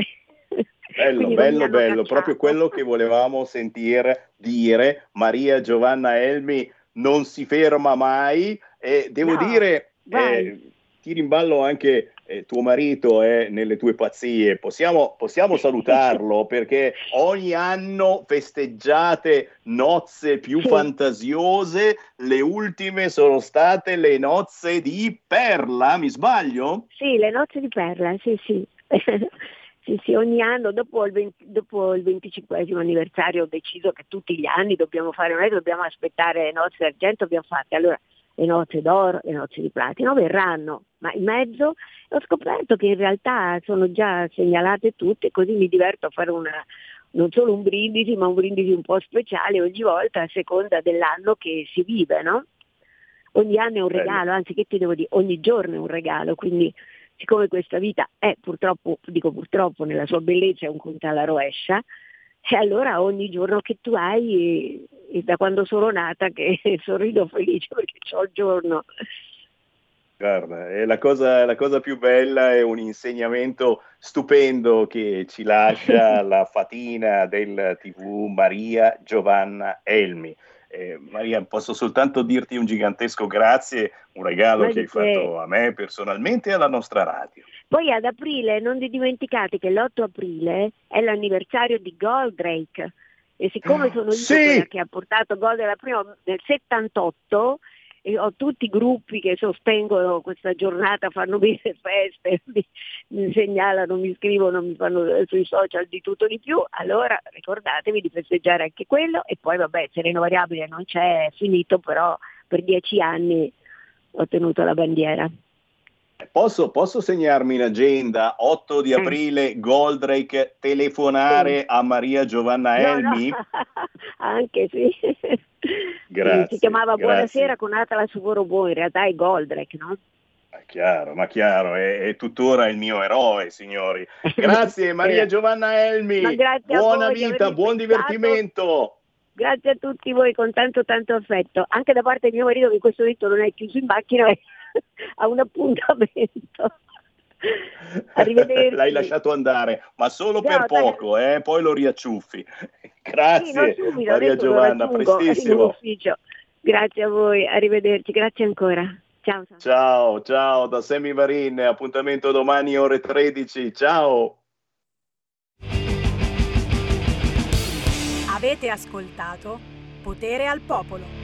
Bello, proprio quello che volevamo sentire dire. Maria Giovanna Elmi non si ferma mai, e devo dire tiri in ballo anche tuo marito nelle tue pazzie, possiamo salutarlo, perché ogni anno festeggiate nozze più fantasiose, le ultime sono state le nozze di perla, mi sbaglio? Sì, le nozze di perla, sì. Sì, ogni anno dopo il 25esimo anniversario ho deciso che tutti gli anni dobbiamo aspettare le nozze d'argento, abbiamo fatte. Allora le nozze d'oro, le nozze di platino verranno, ma in mezzo ho scoperto che in realtà sono già segnalate tutte, così mi diverto a fare non solo un brindisi, ma un brindisi un po' speciale ogni volta a seconda dell'anno che si vive, no? Ogni anno è un regalo, anzi che ti devo dire, ogni giorno è un regalo, quindi siccome questa vita è purtroppo nella sua bellezza è un conto alla rovescia, e allora ogni giorno che tu hai, e da quando sono nata che sorrido felice perché c'ho il giorno. Guarda, è la cosa più bella, è un insegnamento stupendo che ci lascia la fatina del TV Maria Giovanna Elmi. Maria, posso soltanto dirti un gigantesco grazie, un regalo che hai fatto a me personalmente e alla nostra radio. Poi ad aprile, non vi dimenticate che l'8 aprile è l'anniversario di Goldrake, e siccome sono io quella che ha portato Goldrake nel 78, e ho tutti i gruppi che sostengono questa giornata, fanno belle feste, mi segnalano, mi scrivono, mi fanno sui social di tutto di più, allora ricordatevi di festeggiare anche quello. E poi vabbè, Sereno Variabile non c'è, è finito, però per 10 anni ho tenuto la bandiera. Posso segnarmi in agenda 8 di aprile Goldrake, telefonare a Maria Giovanna Elmi? No. Anche sì. Grazie, si chiamava grazie. Buonasera con Atala su Vorobò, in realtà è Goldrake, no? Ma chiaro, è tuttora il mio eroe, signori. Grazie Maria Giovanna Elmi, buona vita, buon divertimento. Grazie a tutti voi, con tanto affetto, anche da parte di mio marito, che in questo momento non è chiuso in macchina, ha un appuntamento. Arrivederci. L'hai lasciato andare, ma solo per poco, poi lo riacciuffi. Grazie subito, Maria Giovanna, prestissimo. Grazie a voi, arrivederci, grazie ancora. Ciao da Sammy Varin, appuntamento domani ore 13, ciao. Avete ascoltato Potere al Popolo.